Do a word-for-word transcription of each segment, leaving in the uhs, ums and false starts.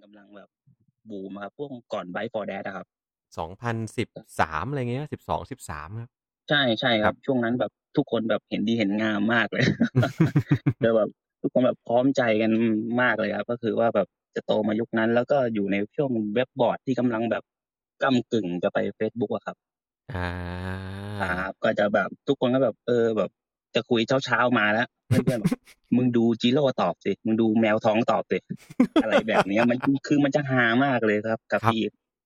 ำลังแบบบูมครับพวกก่อน Byte for Dad อะครับสองพันสิบสามอะไรเงี้ยสิบสอง สิบสามครับใช่ใช่คครัรับบช่วงนั้นแบบทุกคนแบบเห็นดีเห็นงามมากเลย คือแบบทุกคนแบบพร้อมใจกันมากเลยครับ ก็คือว่าแบบจะโตมายุคนั้น แล้วก็อยู่ในช่วงเว็บบอร์ดที่กำลังแบบก้ำกึ่งจะไป Facebook อะครับอ่าครับก็จะแบบทุกคนก็แบบเออแบบจะคุยเช้าๆมาแล้วเพื่อนๆบอกมึงดูจิโร่ตอบสิมึงดูแมวท้องตอบสิอะไรแบบเนี้ยมันคือมันจะฮามากเลยครับกับครับพี่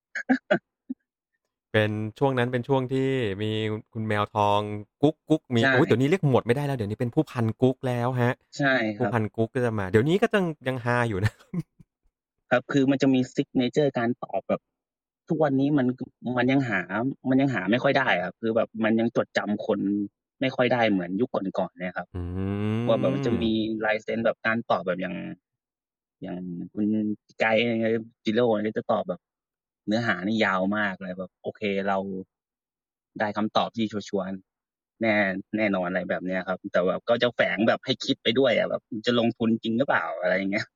เป็นช่วงนั้นเป็นช่วงที่มีคุณแมวทองกุ๊กกุ๊กมีใช่โอ้ยเดี๋ยวนี้เรียกหมวดไม่ได้แล้วเดี๋ยวนี้เป็นผู้พันกุ๊กแล้วฮะใช่คผู้รับพันกุ๊กก็จะมาเดี๋ยวนี้ก็ยังยังฮาอยู่นะครับคือมันจะมี signature การตอบแบบทุกวันนี้มันมันยังหามันยังหาไม่ค่อยได้ครับคือแบบมันยังจดจำคนไม่ค่อยได้เหมือนยุคก่อนๆเนี่ยครับอืว่าแบบมันจะมมีลายเซ็นแบบการตอบแบบอย่างอย่างคุณไกด์จิโร่เนี่ยจะตอบแบบเนื้อหานี่ยาวมากเลยแบบโอเคเราได้คำตอบที่ชัวร์ๆแน่แน่นอนอะไรแบบเนี้ยครับแต่แบบก็จะแฝงแบบให้คิดไปด้วยอ่ะแบบจะลงทุนจริงหรือเปล่าอะไรอย่างเงี้ย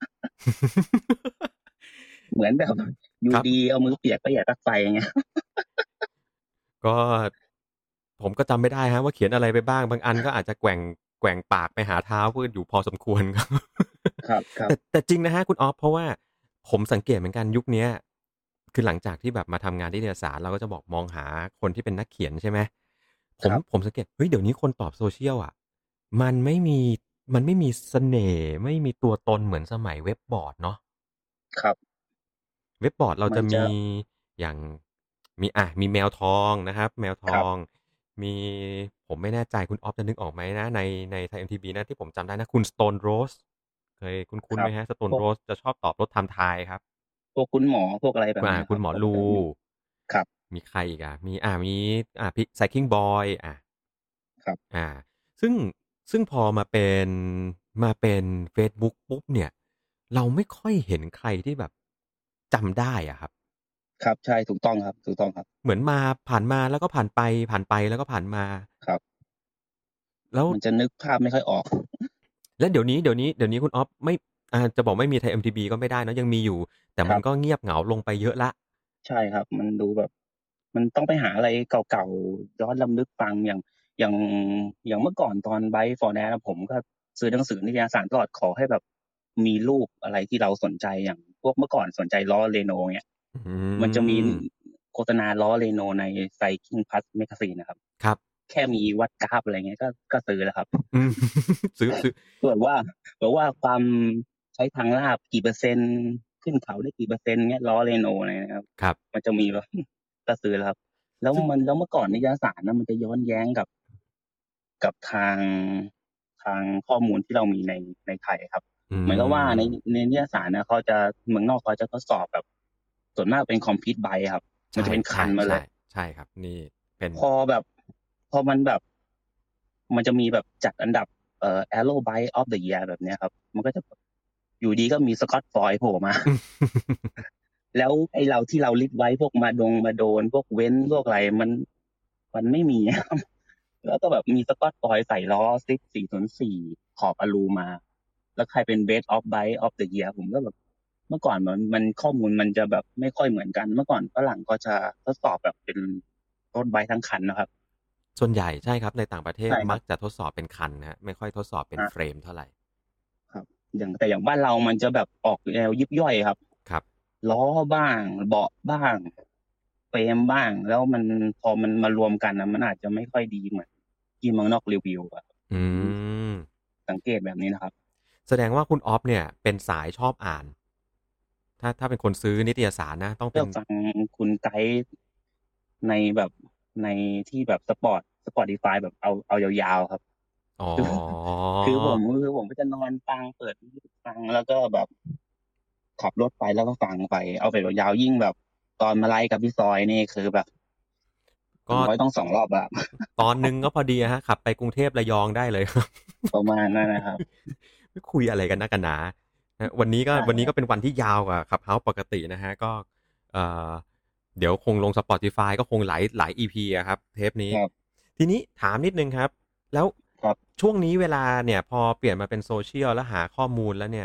เหมือนแบบอครับยู่ดีเอามือเปียกก็อยากตักไฟอย่างเงี้ยก็ผมก็จำไม่ได้ฮะว่าเขียนอะไรไปบ้างบางอันก็อาจจะแกว่งแกว่งปากไปหาเท้าเพื่อนอยู่พอสมควรครับครับค รับแต่แต่จริงนะฮะคุณออฟเพราะว่าผมสังเกตเหมือนกันยุคเนี้ยคือหลังจากที่แบบมาทำงานที่นิตยสารเราก็จะบอกมองหาคนที่เป็นนักเขียนใช่ไหมผมครับผมสังเกตเฮ้ยเดี๋ยวนี้คนตอบโซเชียลอ่ะมันไม่มีมันไม่มีเสน่ห์ไม่มีตัวตนเหมือนสมัยเว็บบอร์ดเนาะครับเว็บบอร์ดเรามันจะจะมีอย่างมีอ่ะมีแมวทองนะครับแมวทครับองมีผมไม่แน่ใจคุณออฟจะนึกออกไหมนะในในไทยเอ็มทีบีนะที่ผมจำได้นะคุณสโตนโรสเคยคคุ้นๆรับไหมฮะสโตนพวกโรสจะชอบตอบรถไทม์ไทยครับพวกคุณหมอพวกอะไรแบบอ่าเนี้ยครับคุณหมอลูเขาก็จะมีครับมีใครอีกอ่ะมีอ่ามีอ่าพี่ไซคิงบอยอ่ะครับอ่าซึ่งซึ่งพอมาเป็นมาเป็น Facebook ปุ๊บเนี่ยเราไม่ค่อยเห็นใครที่แบบจำได้อ่ะครับครับใช่ถูกต้องครับถูกต้องครับเหมือนมาผ่านมาแล้วก็ผ่านไปผ่านไปแล้วก็ผ่านมาครับแล้วมันจะนึกภาพไม่ค่อยออกแล้วเดี๋ยวนี้เดี๋ยวนี้เดี๋ยวนี้คุณออฟไม่อ่าจะบอกไม่มีไทย เอ็ม ที บี ก็ไม่ได้เนอะยังมีอยู่แต่มันก็ครับเงียบเหงาลงไปเยอะละใช่ครับมันดูแบบมันต้องไปหาอะไรเก่าๆย้อนรำลึกฟังอย่างอย่างอย่างเมื่อก่อนตอน Byte for Dad อะผมก็ซื้อหนังสือนิตยสารตลอดขอให้แบบมีรูปอะไรที่เราสนใจอย่างพวกเมื่อก่อนสนใจล้อ Renault เงี้ยอืมันจะมีมโฆษณาล้อ Renault ใน Cycling Plus Magazine นะครับครับแค่มีวัดกราฟอะไรเงี้ยก็ก็ซื้อแล้วครับอืมซื้อซื้อแบบว่าแบบว่าความใช้ทางลาบกี่เปอร์เซ็นต์ขึ้นเขาได้กี่เปอร์เซ็นต์เงี้ยล้อเรโนอะไรนะครับครับมันจะมีแบบ ก็ซื้อแล้วครับแล้วซึ่งมันแล้วเมื่อก่อนนิตยสารนะมันจะย้อนแย้งกับกับทางทางข้อมูลที่เรามีในในไทยครับอืเหมือนกับว่าในมในนิตยสารนะเขาจะเมืองนอกเขาจะทดสอบแบบส่วนมากเป็นคอมพิวต์ไบครับมันใช่จะเป็นคัใช่ใช่นมาเลยใช่ครับนี่เป็นพอแบบพอมันแบบมันจะมีแบบจัดอันดับเอ่อ Aero Bike of the Year แบบเนี้ยครับมันก็จะอยู่ดีก็มีสกอตฟรอยด์โผล่มา แล้วไอ้เราที่เราลิสต์ไว้พวกมาดงมาโดนพวกเว้นพวกอะไรมันมันไม่มีครับแล้วก็แบบมีสกอตฟรอยด์ใส่ล้อซิกสี่ศูนย์สี่ขอบอลูมาแล้วใครเป็น Best of Bike of the Year ผมก็แบบเมื่อก่อนมันมันข้อมูลมันจะแบบไม่ค่อยเหมือนกันเมื่อก่อนฝรั่งก็จะทดสอบแบบเป็นรถไบค์ทั้งคันนะครับส่วนใหญ่ใช่ครับในต่างประเทศใช่ครับมักจะทดสอบเป็นคันนะฮะไม่ค่อยทดสอบเป็นอ่ะเฟรมเท่าไหร่ครับอย่างแต่อย่างบ้านเรามันจะแบบออกแนวยิบย่อยครับครับล้อบ้างเบาะบ้างเฟรมบ้างแล้วมันพอมันมารวมกันนะมันอาจจะไม่ค่อยดีเหมือนที่เมืองนอกรีวิวอะอืผมมสังเกตแบบนี้นะครับแสดงว่าคุณออฟเนี่ยเป็นสายชอบอ่านถ้าถ้าเป็นคนซื้อนิตยสารนะต้องเป็นเลือกฟังคุณไกด์ในแบบในที่แบบสปอร์ตสปอร์ติฟายแบบเอาเอายาวๆครับอ๋อคือคือผมคือผมก็จะนอนฟังเปิดฟังแล้วก็แบบขับรถไปแล้วก็ฟังไปเอาไปยาวๆยิ่งแบบตอนมาไลฟ์กับพี่ซอยนี่คือแบบ อย่างก็น้อยต้องสองรอบอะตอนหนึ่งก็พอดีฮะขับไปกรุงเทพระยองได้เลยครับประมาณนั้นนะครับไม่คุยอะไรกันนักกันหนานะวันนี้ก็ใช่วันนี้ครับก็เป็นวันที่ยาวกว่าขับเฮาส์ปกตินะฮะก็เอ่อเดี๋ยวคงลง Spotify ก็คงหลายหลาย อี พี อะครับเทปนี้ครับทีนี้ถามนิดนึงครับแล้วครับช่วงนี้เวลาเนี่ยพอเปลี่ยนมาเป็นโซเชียลแล้วหาข้อมูลแล้วเนี่ย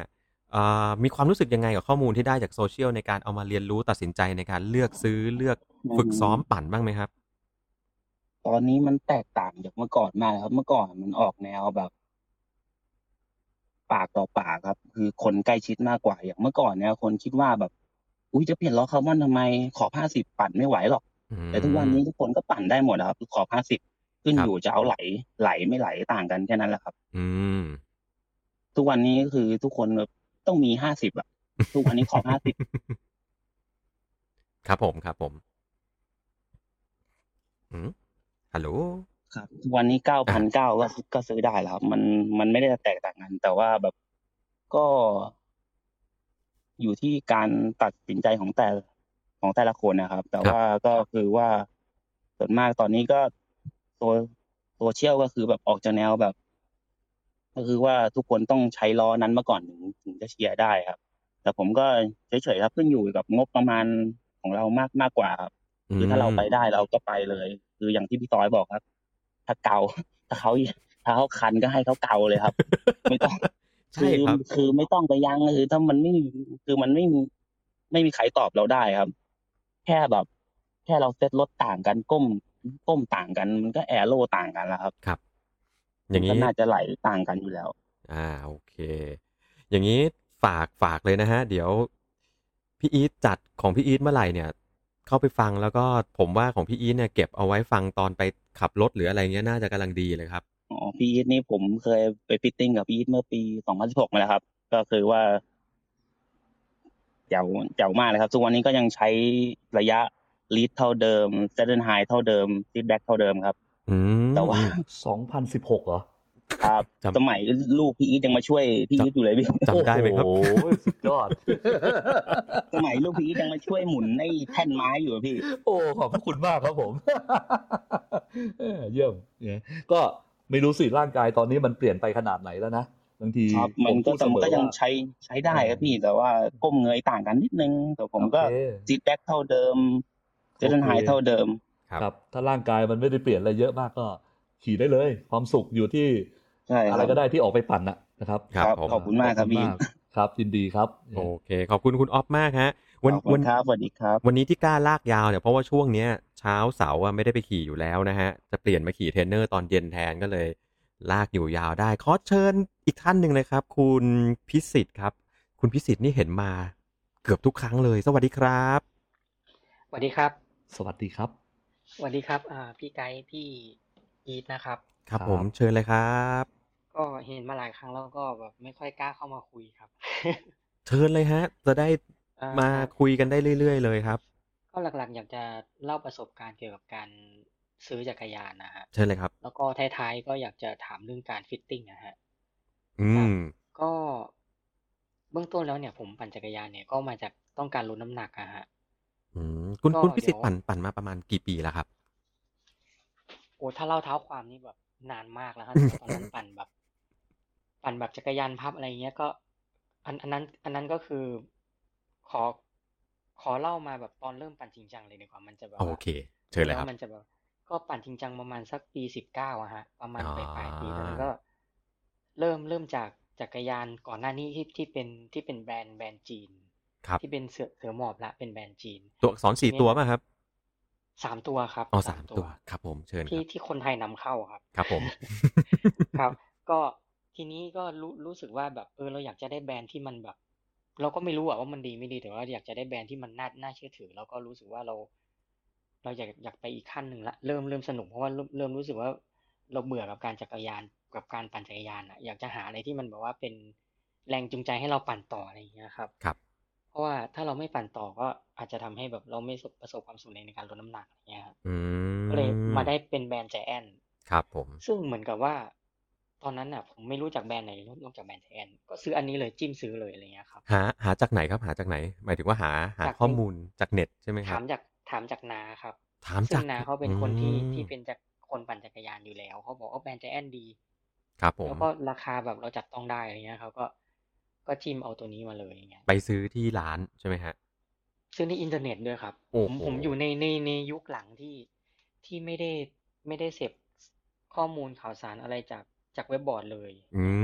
อ่ามีความรู้สึกยังไงกับข้อมูลที่ได้จากโซเชียลในการเอามาเรียนรู้ตัดสินใจในการเลือกซื้อเลือกอืฝึกซ้อมมปั่นบ้างไหมครับตอนนี้มันแตกต่างจากเมื่อก่อนมากครับเมื่อก่อนมันออกแนวแบบปากต่อปากครับคือคนใกล้ชิดมากกว่าอย่างเมื่อก่อนเนี่ยคนคิดว่าแบบอุ๊ยจะเปลี่ยนล้อคาร์บอนทำไมขอบห้าสิบปั่นไม่ไหวหรอกอืแต่ทุกวันมนี้ทุกคนก็ปั่นได้หมดอะครับขอบห้าสิบขึ้นครับอยู่จะเอาไหลไหลไม่ไหลต่างกันแค่นั้นแหละครับอืมทุกวันนี้ก็คือทุกคนแบบต้องมีห้าสิบอะทุกวันนี้ขอบห้าสิบครับผมครับผมอืมฮัลโหลครับทุกวันนี้เก้าอ่าพันเก้าก็ก็ซื้อได้แล้วครับมันมันไม่ได้แตกต่างกันแต่ว่าแบบก็อยู่ที่การตัดสินใจของแต่ของแต่ละคนนะครับแต่ว่าครับก็คือว่าส่วนมากตอนนี้ก็ตัวโซเชียลก็คือแบบออกจากแนวแบบก็คือว่าทุกคนต้องใช้ล้อนั้นมาก่อนถึงถึงจะเชียร์ได้ครับแต่ผมก็เฉยๆครับขึ้นอยู่กับงบประมาณของเรามากมากกว่าครับอืคือถ้าเรามไปได้เราก็ไปเลยคืออย่างที่พี่ต้อยบอกครับถ้าเกาถ้าเขาถ้าเขาคันก็ให้เขาเกาเลยครับไม่ต้องใช่คือครับคือไม่ต้องไปยั้งคือถ้ามันไม่คือมันไม่ไม่มีใครตอบเราได้ครับแค่แบบแค่เราเซตรถต่างกันก้มก้มต่างกันมันก็แอโร่ต่างกันแล้วครับครับอมันก็ย่างนี้น่าจะไหลต่างกันอยู่แล้วอ่าโอเคอย่างนี้ฝากฝากเลยนะฮะเดี๋ยวพี่อีทจัดของพี่อีทเมื่อไหร่เนี่ยเข้าไปฟังแล้วก็ผมว่าของพี่อีทเนี่ยเก็บเอาไว้ฟังตอนไปขับรถหรืออะไรเงี้ยน่าจะกำลังดีเลยครับอ๋อพี่อีทนี่ผมเคยไปฟิตติ้งกับพี่อีทเมื่อปีสองพันสิบหกมาแล้วครับก็คือว่าแจ๋วแจ๋วมากเลยครับทุกวันนี้ก็ยังใช้ระยะลีดเท่าเดิมเซตเทิลไฮเท่าเดิมฟีดแบ็กเท่าเดิมครับอืแต่ว่ามอืมสองพันสิบหกเหรอครับจสมัยลูกพี่อีทยังมาช่วยพี่ำจอีทอยู่เลยพี่ำจำโอ้โหได้ไหมครับสุดยอดสมัยลูกพี่อีทยังมาช่วยหมุนไอ้แท่นไม้อยู่อะพี่โอ้ขอบพระคุณมากครับผม เออเยี่ยมเนี่ยก็ไม่รู้สิร่างกายตอนนี้มันเปลี่ยนไปขนาดไหนแล้วนะบางทีครับ มันก็ผมพูดแต่มันก็ยังเสมอว่าใช้ใช้ได้เออครับพี่แต่ว่าก้มเงยต่างกันนิดนึงแต่ผมโอเคก็ฟีดแบ็กเท่าเดิมเจโอเคนไฮเท่าเดิมครับครับถ้าร่างกายมันไม่ได้เปลี่ยนอะไรเยอะมากก็ขี่ได้เลยความสุขอยู่ที่ใช่ครับอะไรก็ได้ที่ออกไปปั่นนะนะครับครับผมขอบคุณขมากครับพี่อบคุณมากครับยินดีครับโอเคขอบคุณคุณออฟมากฮะวันขอบคุวันณครับสวัสดีครับวันนี้ที่กล้าลากยาวเนี่ยเพราะว่าช่วงเนี้ยเช้าเสาร์อะไม่ได้ไปขี่อยู่แล้วนะฮะจะเปลี่ยนมาขี่เทรนเนอร์ตอนเย็นแทนก็เลยลากอยู่ยาวได้ขอเชิญอีกท่านหนึ่งเลยครับคุณพิสิทธิ์ครับคุณพิสิทธิ์นี่เห็นมาเกือบทุกครั้งเลยสวัสดีครับสวัสดีครับสวัสดีครับสวัสดีครับอ่าพี่ไกด์พี่อีทนะครับครับผมครับเชิญเลยครับก็เห็นมาหลายครั้งแล้วก็แบบไม่ค่อยกล้าเข้ามาคุยครับเชิญเลยฮะจะได้อ่มาาคุยกันได้เรื่อยๆเลยครับก็หลักๆอยากจะเล่าประสบการณ์เกี่ยวกับการซื้อจักรยานนะฮะเชิญเลยครับแล้วก็ท้ายๆก็อยากจะถามเรื่องการฟิตติ้งนะฮะอืครับมก็เบื้องต้นแล้วเนี่ยผมปั่นจักรยานเนี่ยก็มาจากต้องการลดน้ำหนักอะฮะอืมคุณก็คุณพิสิเดี๋ยวทธิ์ปั่นปั่นมาประมาณกี่ปีแล้วครับโอ้ถ้าเล่าเท้าความนี่แบบนานมากแล้วฮะแต่ว่าตอนนั้นปั่นแบบ ปั่นแบบจักรยานพับอะไรเงี้ยก็อันอันนั้นอันนั้นก็คือขอขอเล่ามาแบบตอนเริ่มปั่นจริงจังเลยดีกว่ามันจะแบบว่าโอเคเชิดูญเลยครับแล้วมันจะแบบก็ปั่นจริงจังประมาณสักปีสิบเก้าอะฮะประมาณอ๋อปลายปลายปีตอนนั้นก็เริ่มเริ่มจากจักรยานก่อนหน้านี้ที่ที่เป็นที่เป็นแบรนด์แบรนด์จีนครับที่เป็นเสือเสือหมอบละเป็นแบรนด์จีนตัวอักษรสี่ทีเนี้ยตัวป่ะครับสามตัวครับอ๋อสามตัสามตัววครับผมเชิญคที่รับที่คนไทยนำเข้าครับครับผมครับก็ทีนี้ก็รู้รู้สึกว่าแบบเออเราอยากจะได้แบรนด์ที่มันแบบเราก็ไม่รู้อะว่ามันดีไม่ดีแต่ว่าอยากจะได้แบรนด์ที่มันน่าน่าเชื่อถือแล้วก็รู้สึกว่าเราเราอยากอยากไปอีกขั้นหนึ่งละเริ่มเริ่มสนุกเพราะว่าเริ่มเริ่มรู้สึกว่าเราเบื่อกับการจักรยานกับการปั่นจักรยานอะอยากจะหาอะไรที่มันแบบว่าเป็นแรงจูงใจให้เราปั่นต่ออะไรอย่างเงี้ยครับครับเพราะว่าถ้าเราไม่ปั่นต่อก็อาจจะทำให้แบบเราไม่ประสบความสำเร็จในการลดน้ำหนักอย่างเงี้ยครับอืก็เลยมมาได้เป็นแบรนด์ใจแอนครับผมซึ่งเหมือนกับว่าตอนนั้นน่ะผมไม่รู้จักแบรนด์ไหนนอกจากแบรนด์ Giant ก็ซื้ออันนี้เลยจิ้มซื้อเลยอะไรเงี้ยครับหาหาจากไหนครับหาจากไหนหมายถึงว่าหาหาจากในข้อมูลจากเน็ตใช่ไหมครับถามจากถามจากนาครับถามซึ่งจากนาเขาเป็อืนคนที่มที่เป็นจากคนปั่นจักรยานอยู่แล้วเขาบอกว่าแบรนด์ Giant ดีครับผมแล้วก็ราคาแบบเราจับต้องได้อะไรเงี้ยเขาก็ก็จิ้มเอาตัวนี้มาเลยอย่างเงี้ยไปซื้อที่ร้านใช่ไหมฮะซื้อในอินเทอร์เน็ตด้วยครับโอ้โหผมผมอยู่ในในในยุคหลังที่ที่ไม่ได้ไม่ได้เสพข้อมูลข่าวสารอะไรจากจากเว็บบอร์ดเลยอืม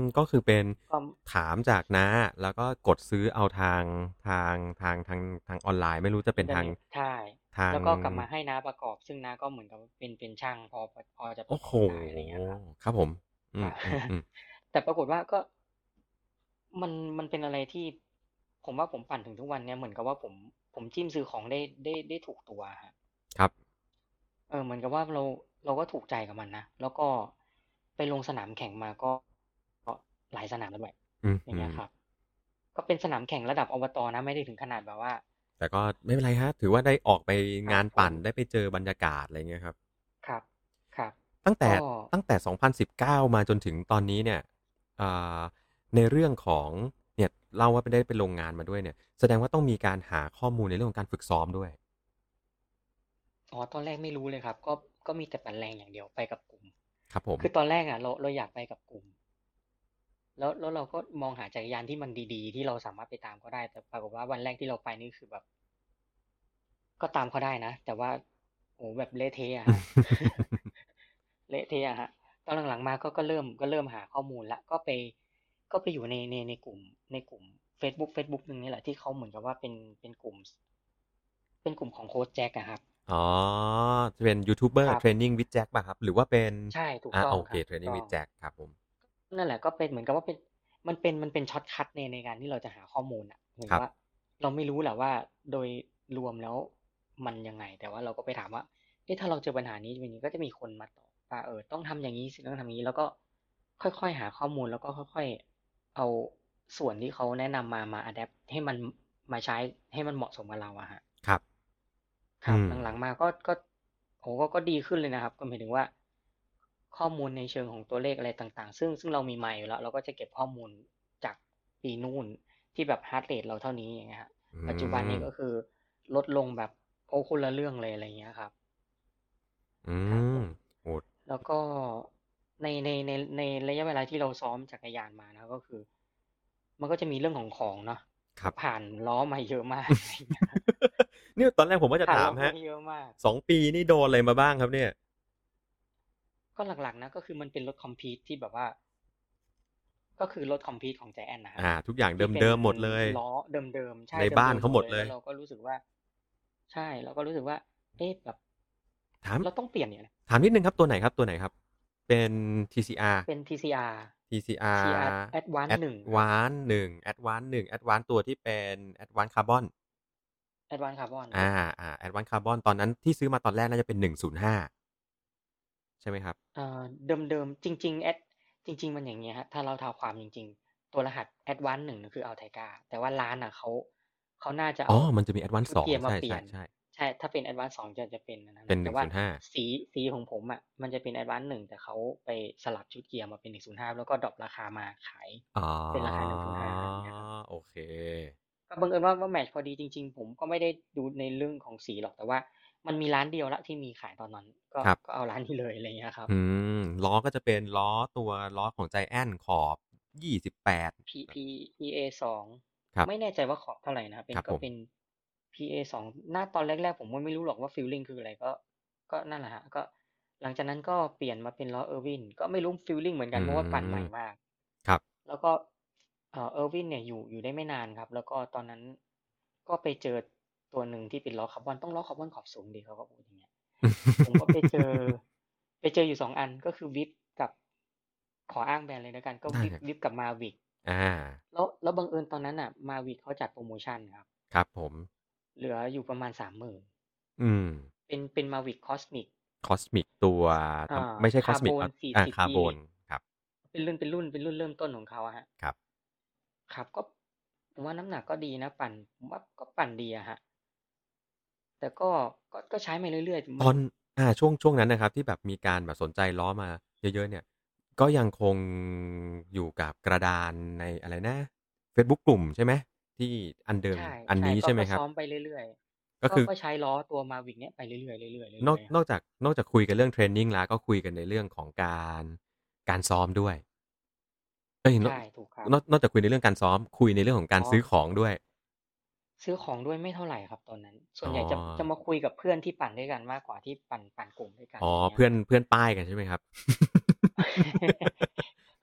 ก็คือเป็นก็ถามจากน้าแล้วก็กดซื้อเอาทางทางทางทางทางออนไลน์ไม่รู้จะเป็อินนเทอร์ทางเน็ตใช่ทางแล้วก็กลับมาให้น้าประกอบ ซึ่งน้าก็เหมือนกับเป็นเป็นช่างพอพอจะปโอ้ระกโหอบได้อะไรเงี้ยครับครับผมอืคมรับอืมอืมแต่ปรากฏว่าก็มันมันเป็นอะไรที่ ผมว่าผมปั่นถึงทุกวันเนี้ยเหมือนกับว่าผมผมจิ้มซื้อของได้ได้ได้ถูกตัวฮะครับเออเหมือนกับว่าเราเราก็ถูกใจกับมันนะแล้วก็ไปลงสนามแข่งมาก็ก็หลายสนามแล้วด้วยอืมอย่างอืมเงี้ยครับ ก็เป็นสนามแข่งระดับอบตนะไม่ได้ถึงขนาดแบบว่าแต่ก็ไม่เป็นไรฮะถือว่าได้ออกไปครังาบผมนปั่นได้ไปเจอบรรยากาศอะไรเงี้ยครับครับครับตั้งแต่ก็ตั้งแต่ สองพันสิบเก้า มาจนถึงตอนนี้เนี่ยอ่าในเรื่องของเนี่ยเล่าว่าไปได้ไปลงงานมาด้วยเนี่ย แสดงว่าต้องมีการหาข้อมูลในเรื่องของการฝึกซ้อมด้วยอ๋อตอนแรกไม่รู้เลยครับ ก็ก็มีแต่ปั่นแรงอย่างเดียวไปกับกลุ่มครับผมคือตอนแรกอ่ะเราเราอยากไปกับกลุ่ม แล้วแล้วเราก็มองหาจักรยานที่มันดีๆ ที่เราสามารถไปตามเขาได้ แต่ปรากฏว่าวันแรกที่เราไปนี่คือแบบ ก็ตามเขาได้นะ แต่ว่าโอ้แบบเละเทะอะฮะ เละเทะอะฮะตอนหลังๆมาก็ก็เริ่มก็เริ่มหาข้อมูลละก็ไปก็ไปอยู่ในในในกลุ่มในกลุ่ม Facebook Facebook หนึ่งนี่แหละที่เขาเหมือนกับว่าเป็นเป็นกลุ่ม เป็นกลุ่มของโค้ชแจ็คอะครับอ๋อจะเป็นยูทูบเบอคร์รับเทรนนิ่งวิดแจ็คป่ะครับ หรือว่าเป็นใช่ถูกอ่าต้องโอเคครับเทรนนิ่งถูกต้องวิดแจ็คครับผมนั่นแหละก็เป็นเหมือนกับว่าเป็นมันเป็นมันเป็นช็อตคัทในในการที่เราจะหาข้อมูลอ่ะเหมือนครับว่า เราไม่รู้แหละว่าโดยรวมแล้วมันยังไง แต่ว่าเราก็ไปถามว่าเอ๊ะถ้าเราเจอปัญหานี้วันนี้ก็จะมีคนมาตอบว่าเออต้องทำอย่างนี้สิต้องทำอย่างนี้แล้วก็ค่อยๆหาข้อมูลแล้วก็ค่อยๆเอาส่วนที่เขาแนะนำมามาอัดแอปให้มันมาใช้ให้มันเหมาะสมกับเราอะฮะครับครับอืมหลังๆมาก็ก็โหก็ก็ดีขึ้นเลยนะครับก็หมายถึงว่า ข้อมูลในเชิงของตัวเลขอะไรต่างๆ ซึ่งซึ่งเรามีมาอยู่แล้ว เราก็จะเก็บข้อมูลจากปีนู่นที่แบบฮาร์ทเรทเราเท่านี้อย่างเงี้ยฮะอืปัจจุบันนี้มก็คือลดลงแบบโอ้คนละเรื่องเลยอะไรเงี้ยครับอืครับผมมโหแล้วก็ในในในในระยะเวลาที่เราซ้อมจักรยานมานะก็คือ มันก็จะมีเรื่องของของเนาะครับผ่านล้อมาเยอะมาก อะไรเงี้ยเนี่ยตอนแรกผมว่าจะผ่านถาล้มอฮะมาเยอะมากสองปีนี่โดนอะไรมาบ้างครับเนี่ยก็หลักๆนะก็คือมันเป็นรถคอมพีทที่แบบว่า ก็คือรถคอมพีทของใจแอนนะครัอ่า ทุกอย่างที่เป็นเดิมๆหมดเลยล้อเดิมๆใช่ในบ้านเดิมๆเขาหมดเลยแล้วเราก็รู้สึกว่า ใช่เราก็รู้สึกว่า เอ๊ะแบบถามเราต้องเปลี่ยนเนี่ยนะถามนิดนึงครับตัวไหนครับตัวไหนครับ เป็น ที ซี อาร์เป็น ที ซี อาร์ที ซี อาร์ที ซี อาร์ Advance หนึ่ง Advance หนึ่ง Advance หนึ่ง Advance ตัวที่เป็น Advance Carbon Advance Carbon อ่าอ่า Advance Carbon ตอนนั้นที่ซื้อมาตอนแรกน่าจะเป็นหนึ่งศูนย์ห้าใช่ไหมครับเอ่อเดิมๆจริงๆแอดจริง ๆ มันอย่างเงี้ยฮะถ้าเราเท้าความจริง ๆ ตัวรหัส Advance หนึ่งคือเอาไทก้าแต่ว่าร้านอ่ะเขาเขาน่าจะอ๋เอาอ มันจะมี Advance ชุดสองเกียร์มาใช่เปลี่ใช่ยนใช่ใช่ถ้าเป็น Advance สองจะจะเป็นอันนั้นเป็นนะหนึ่แต่งว่าศูนย์ห้าสีสีของผมอ่ะมันจะเป็น Advance หนึ่งแต่เขาไปสลับชุดเกียร์มาเป็นหนึ่งศูนย์ห้าแล้วก็ดรอปราคามาขายอ๋อเป็นราคาหนึ่งศูนย์ห้าอย่างเงี้ยครับโอเคก็บังเอิญว่าว่าแมทช์พอดีจริง ๆ ผมก็ไม่ได้ดูในเรื่องของสีหรอกแต่ว่า มันมีร้านเดียวละที่มีขายตอนนั้น ก็ครับก็เอาร้านนี้เลยอะไรเงี้ยครับอืมล้อก็จะเป็นล้อตัวล้อของใจแอนขอบยี่สิบแปด P P P A สองครับไม่แน่ใจว่าขอบเท่าไหร่นะเป็นครับก็ผมเป็น P A สองหน้าตอนแรกๆผมก็ไม่รู้หรอกว่าฟีลลิ่งคืออะไรก็ ก็นั่นแหละฮะก็หลังจากนั้นก็เปลี่ยนมาเป็นล้อเออร์วินก็ไม่รู้ฟีลลิ่งเหมือนกันเพราะว่าปั่นใหม่มากครับแล้วก็เอ่อเออร์วินเนี่ยอยู่อยู่ได้ไม่นานครับ แล้วก็ตอนนั้นก็ไปเจอตัวหนึ่งที่เป็นล้อคาร์บอนต้องล้อคาร์บอนขอบสูงดีเขาก็พูดอย่างเงี้ย ผมก็ไปเจอ ไปเจออยู่สองอันก็คือวิปกับขออ้างแบรนด์เลยแล้วกัน ก็วิปได้ครับวิปกับมาวิกอ่าแล้วแล้วบังเอิญตอนนั้นอ่ะมาวิกเขาจัดโปรโมชั่นครับครับผมเหลืออยู่ประมาณสามหมื่นอืมเป็นเป็นมาวิกคอสมิกคอสมิกตัวอ่าไม่ใช่คอสมิก Carbon สี่สิบอ่าคาร์บอนครับเป็นรุ่นเป็นรุ่นเป็นรุ่นเริ่มต้นของเขาอะฮะครับครับก็ผมว่าน้ำหนักก็ดีนะปั่นผมว่าก็ปั่นดีอะฮะ แต่ก็ก็ก็ใช้มาเรื่อยๆตอนอ่าช่วงช่วงนั้นนะครับ ที่แบบมีการแบบสนใจล้อมาเยอะๆเนี่ย ก็ยังคงอยู่กับกระดานในอะไรนะ Facebook กลุ่มใช่ไหมที่อันเดิมใช่อันนี้ก็ใช่ไหมก็ครับซ้อมไปเรื่อยๆก็คือก็ใช้ล้อตัวมาวิกเนี้ยไปเรื่อยๆเรื่อยๆเรื่อยๆนอกครับนอกจากนอกจากคุยกันเรื่องเทรนนิ่งแล้วก็คุยกันในเรื่องของการการซ้อมด้วยเอ้ยนอกใช่ถูกครับนอกนอกจากคุยในเรื่องการซ้อม คุยในเรื่องของการอ๋อซื้อของด้วยซื้อของด้วยไม่เท่าไหร่ครับตอนนั้น ส่วอ๋นอใหญ่จะจะมาคุยกับเพื่อนที่ปั่นด้วยกันมากกว่าที่ปั่นปั่นกลุ่มด้วยกันอ๋ออย่างเงี้ยเพื่อนเพื่อนป้ายกันใช่ไหมครับ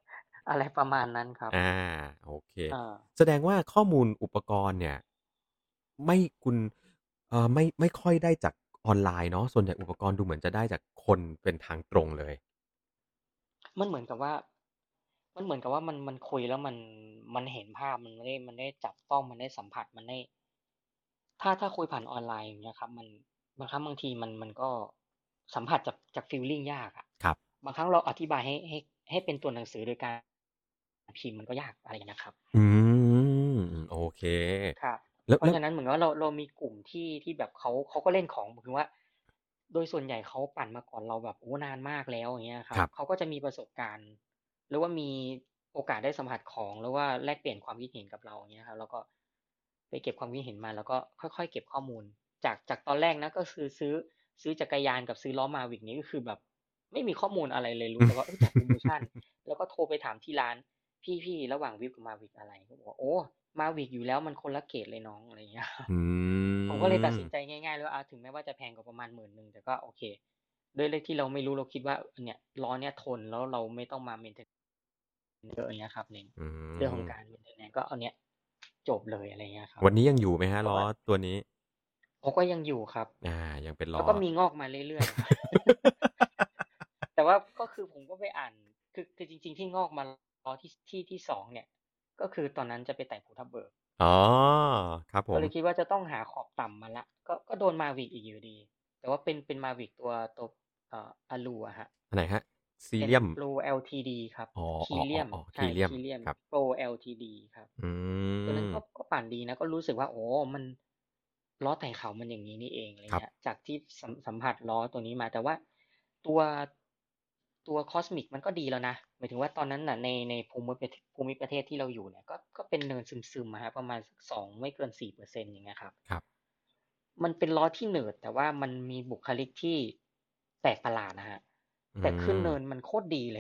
อะไรประมาณนั้นครับอ่าโอเคอ่าแสดงว่าข้อมูลอุปกรณ์เนี่ยไม่คุณเอ่อไม่ไม่ค่อยได้จากออนไลน์เนาะส่วนใหญ่อุปกรณ์ดูเหมือนจะได้จากคนเป็นทางตรงเลยมันเหมือนกับว่า มันเหมือนกับว่ามันมันคุยแล้วมันมันเห็นภาพมันไม่ได้มันได้จับต้องมันได้สัมผัสมันได้ถ้าถ้าคุยผ่านออนไลน์อย่างเงี้ยครับมันบางครั้งบางทีมันมันก็สัมผัสจากจากฟีลลิ่งยากอะครับบางครั้งเราอธิบายให้ให้ให้เป็นตัวหนังสือโดยการพิมพ์มันก็ยากอะไรอย่างเงี้ยนะครับอืมโอเคครับแล้วแล้วเพราะฉะนั้นเหมือนว่าเราเรามีกลุ่มที่ที่แบบเขาเขาก็เล่นของคือว่า โดยส่วนใหญ่เขาปั่นมาก่อนเราแบบโอ้นานมากแล้วอย่างเงี้ยคครับรับเขาก็จะมีประสบการณ์หรือว่ามีโอกาสได้สัมผัสของหรือว่าแลกเปลี่ยนความคิดเห็นกับเราอย่างเงี้ยครับแล้วก็ไปเก็บความคิดเห็นมาแล้วก็ค่อยๆเก็บข้อมูลจากจากตอนแรกนะก็คือซื้อซื้อจักรยานกับซื้อล้อมาวิกนี้ก็คือแบบไม่มีข้อมูลอะไรเลยรู้แต่ว่าเออจากโปรโมชั่นแล้วก็โทรไปถามที่ร้าน พี่พี่ระหว่างวิปกับมาวิกอะไรก็บอกว่าโอ้มาวิกอยู่แล้วมันคนละเกรดเลยน้องอะไรอย่างเงี้ยอืผมก็เลยตัดมสินใจง่ายๆเลยว่าอ่ะถึงแม้ว่าจะแพงกว่าประมาณหมื่นหนึ่งแต่ก็โอเคด้วยเลขที่เราไม่รู้เราคิดว่าเนี่ยล้อเนี่ยทนแล้วเราไม่ต้องมาเมนเทนเยอะอย่างเงี้ยครับเน้นอืเรื่องของมการเมนเทนแนนก็เอาเนี้ยจบเลยอะไรเงี้ยครับวันนี้ยังอยู่ไหมฮะล้อเพราะว่าตัวนี้ผมก็ยังอยู่ครับอ่ายังเป็นล้อแล้วก็มีงอกมาเรื่อยๆครับ แต่ว่าก็คือผมก็ไปอ่านคือคือจริงๆที่งอกมาล้อที่ที่ที่สองเนี่ยก็คือตอนนั้นจะไปไต่ภูทับเบิกอ๋อครับผมก็เลยคิดว่าจะต้องหาขอบต่ำมาละก็ก็โดนมาวิกอีกอยู่ดีแต่ว่าเป็นเป็นมาวิกตัวตัวเอ่ออะลูอะฮะอันไหนฮะซีเป็นเรียม Pro แอล ที ดี ครับอ๋ออ๋คีเลียมออ๋ออ๋อใช่คีเลียมคีเลียมครับ Pro แอล ที ดี ครับอืตัวนั้นมก็ก็ปั่นดีนะก็รู้สึกว่าโอ้มันล้อไต่เขามันอย่างนี้นี่เองอะไรครับเงี้ยจากที่สัมสัมผัสล้อตัวนี้มาแต่ว่าตัวตัวคอสมิกมันก็ดีแล้วนะหมายถึงว่าตอนนั้นน่ะในในภูมิประเทศภูมิประเทศที่เราอยู่เนี่ยก็ก็เป็นเนินซึมๆมาฮะประมาณสักสองไม่เกินสี่เปอร์เซ็นต์อย่างเงี้ยครับครับมันเป็นล้อที่เนิร์ดแต่ว่ามันมีบุคลิกที่แปลกประหลาดนะฮะอืแต่ขึ้นเนินมมันโคตรดีเลย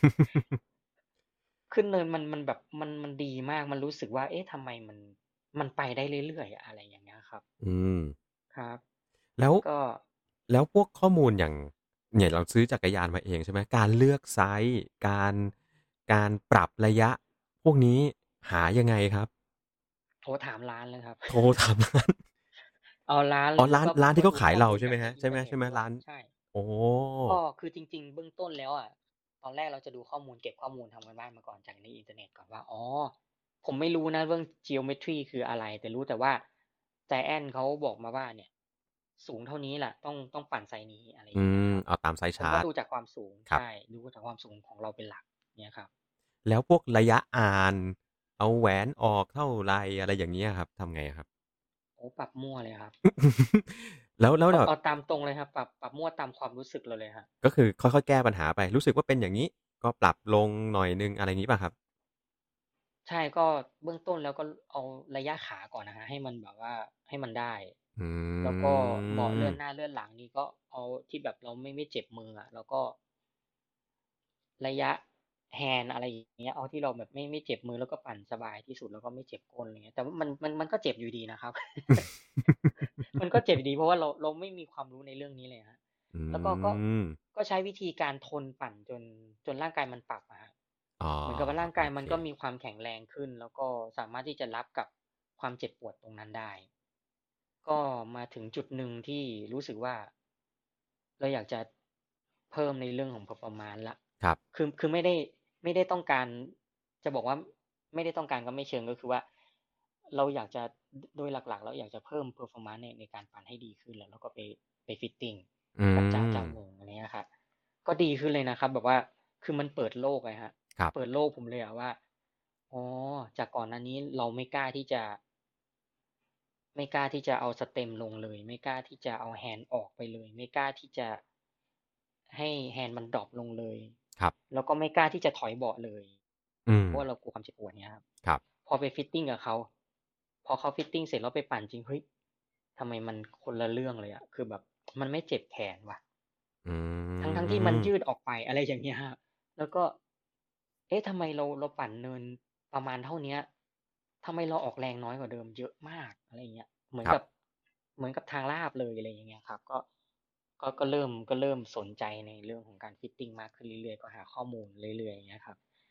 ขึ้นเนินมันมันแบบมันมันดีมากมันรู้สึกว่าเอ๊ะทำไมมันมันไปได้เรื่อยๆอะอะไรอย่างเงี้ยครับอืมครับแล้วก็แล้วพวกข้อมูลอย่างเนี่ยเราซื้อจักรยานมาเองใช่ไหมการเลือกไซส์การการปรับระยะพวกนี้หายังไงครับโทรถามร้านเลยครับโทรถามร้านเอาร้านอ๋อเลยแล้วก็ร้านร้านก็ดูที่เขาขายข้อมูลเราใช่ไหมจากในอินฮะใช่ไหมเทอร์เน็ตด้วยใช่ไหมร้านใช่โอ้ก็คือจริงๆเบื้องต้นแล้วอ่ะตอนแรกเราจะดูข้อมูลเก็บข้อมูลทำกันบ้านมาก่อนจากในอินเทอร์เน็ตก่อนว่าอ๋อผมไม่รู้นะเรื่อง geometry คืออะไรแต่รู้แต่ว่าใจแอนเขาบอกมาว่าเนี่ยสูงเท่านี้แหละต้องต้องปั่นไซส์นี้อะไรออืย่างเงี้ยมครับเอาตามไซส์ชาร์ตผมก็ดูจากความสูงครับใช่ดูจากความสูงของเราเป็นหลักเนี่ยครับแล้วพวกระยะอ่านเอาแหวนออกเท่าไรอะไรอย่างเงี้ยครับทำไงครับโอ้ปรับมั่วเลยครับแล้วแล้วแบบเอาเอาตามตรงเลยครับปรับปรับมั่วตามความรู้สึกเราเลยครับก็คือค่อยๆแก้ปัญหาไปรู้สึกว่าเป็นอย่างนี้ก็ปรับลงหน่อยนึงอะไรอย่างนี้ป่ะครับใช่ก็เบื้องต้นแล้วก็เอาระยะขาก่อนนะฮะให้มันแบบว่าให้มันได้อืแล้วก็เบาะเลื่อนหน้ามเลื่อนหลังนี่ก็เอาที่แบบเราไม่ไม่เจ็บมืออ่ะแล้วก็ระยะแฮนด์อะไรอย่างเงี้ยเอาที่เราแบบไม่ไม่เจ็บมือแล้วก็ปั่นสบายที่สุดแล้วก็ไม่เจ็บก้นอะไรเงี้ยแต่ว่ามันมันมันก็เจ็บอยู่ดีนะครับ มันก็เจ็บอยู่ดีเพราะว่าเราเราไม่มีความรู้ในเรื่องนี้เลยฮะอืแล้วก็ก็มก็ใช้วิธีการทนปั่นจนจนร่างกายมันปรับอะฮะอ๋อเหมือนกับว่าร่างโอเคกายมันก็มีความแข็งแรงขึ้นแล้วก็สามารถที่จะรับกับความเจ็บปวดตรงนั้นได้ก็มาถึงจุดหนึ่งที่รู้สึกว่าเราอยากจะเพิ่มในเรื่องของ performance ละครับคือคือไม่ได้ไม่ได้ต้องการจะบอกว่าไม่ได้ต้องการก็ไม่เชิงก็คือว่าเราอยากจะโดยหลักๆเราอยากจะเพิ่ม performance ในในการปั่นให้ดีขึ้นแล้วแล้วก็ไปไปฟิตติ้งอืกับเจ้ามเจ้าหนึ่งอะไรเงี้ยครับก็ดีขึ้นเลยนะครับแบบว่าคือมันเปิดโลกเลยฮะครับเปิดโลกผมเลยอะว่าอ๋อจากก่อนหน้านี้เราไม่กล้าที่จะไม่กล้าที่จะเอาสเต็มลงเลยไม่กล้าที่จะเอาแฮนด์ออกไปเลยไม่กล้าที่จะให้แฮนด์มันดรอปลงเลยครับแล้วก็ไม่กล้าที่จะถอยเบาะเลยอืมเพราะว่าเรากลัวความเจ็บปวดเนี้ยครับครับพอไปฟิตติ้งกับเขาพอเขาฟิตติ้งเสร็จแล้วไปปั่นจริงเฮ้ยทำไมมันคนละเรื่องเลยอะคือแบบมันไม่เจ็บแขนว่ะอืทั้งทั้งที่มันมยืดออกไปอะไรอย่างเงี้ยครับแล้วก็เอ๊ะทำไมเราเราปั่นเนินประมาณเท่าเนี้ยทำไมเราออกแรงน้อยกว่าเดิมเยอะมากอะไรอย่างเงี้ยเหมือนครับกับเหมือนกับทางลาบเลยอะไรอย่างเงี้ยครับก็ก็ก็เริ่มก็เริ่มสนใจในเรื่องของการฟิตติ้งมากขึ้นเรื่อยๆก็หาข้อมูลเรื่อยๆอย่างเงี้ยครับ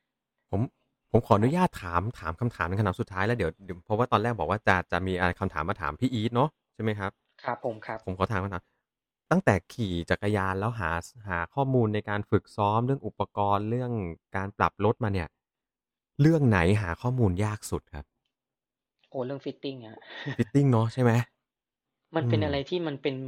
ผมผมขออนุญาตถามถามคำถามในคำถามสุดท้ายแล้วเดี๋ยวเดี๋ยวเพราะว่าตอนแรกบอกว่าจะจะมีอะไรคำถามมาถามพี่อีทเนาะใช่ไหมครับครับผมครับผมขอถามคำถามตั้งแต่ขี่จักรยานแล้วหาหาข้อมูลในการฝึกซ้อมเรื่องอุปกรณ์เรื่องการปรับรถมาเนี่ย เรื่องไหนหาข้อมูลยากสุดครับโอ้เรื่องฟิตติ้งอะฟิตติ้งเนาะใช่ไหมมันอืมเป็นอะไรที่มันเป็น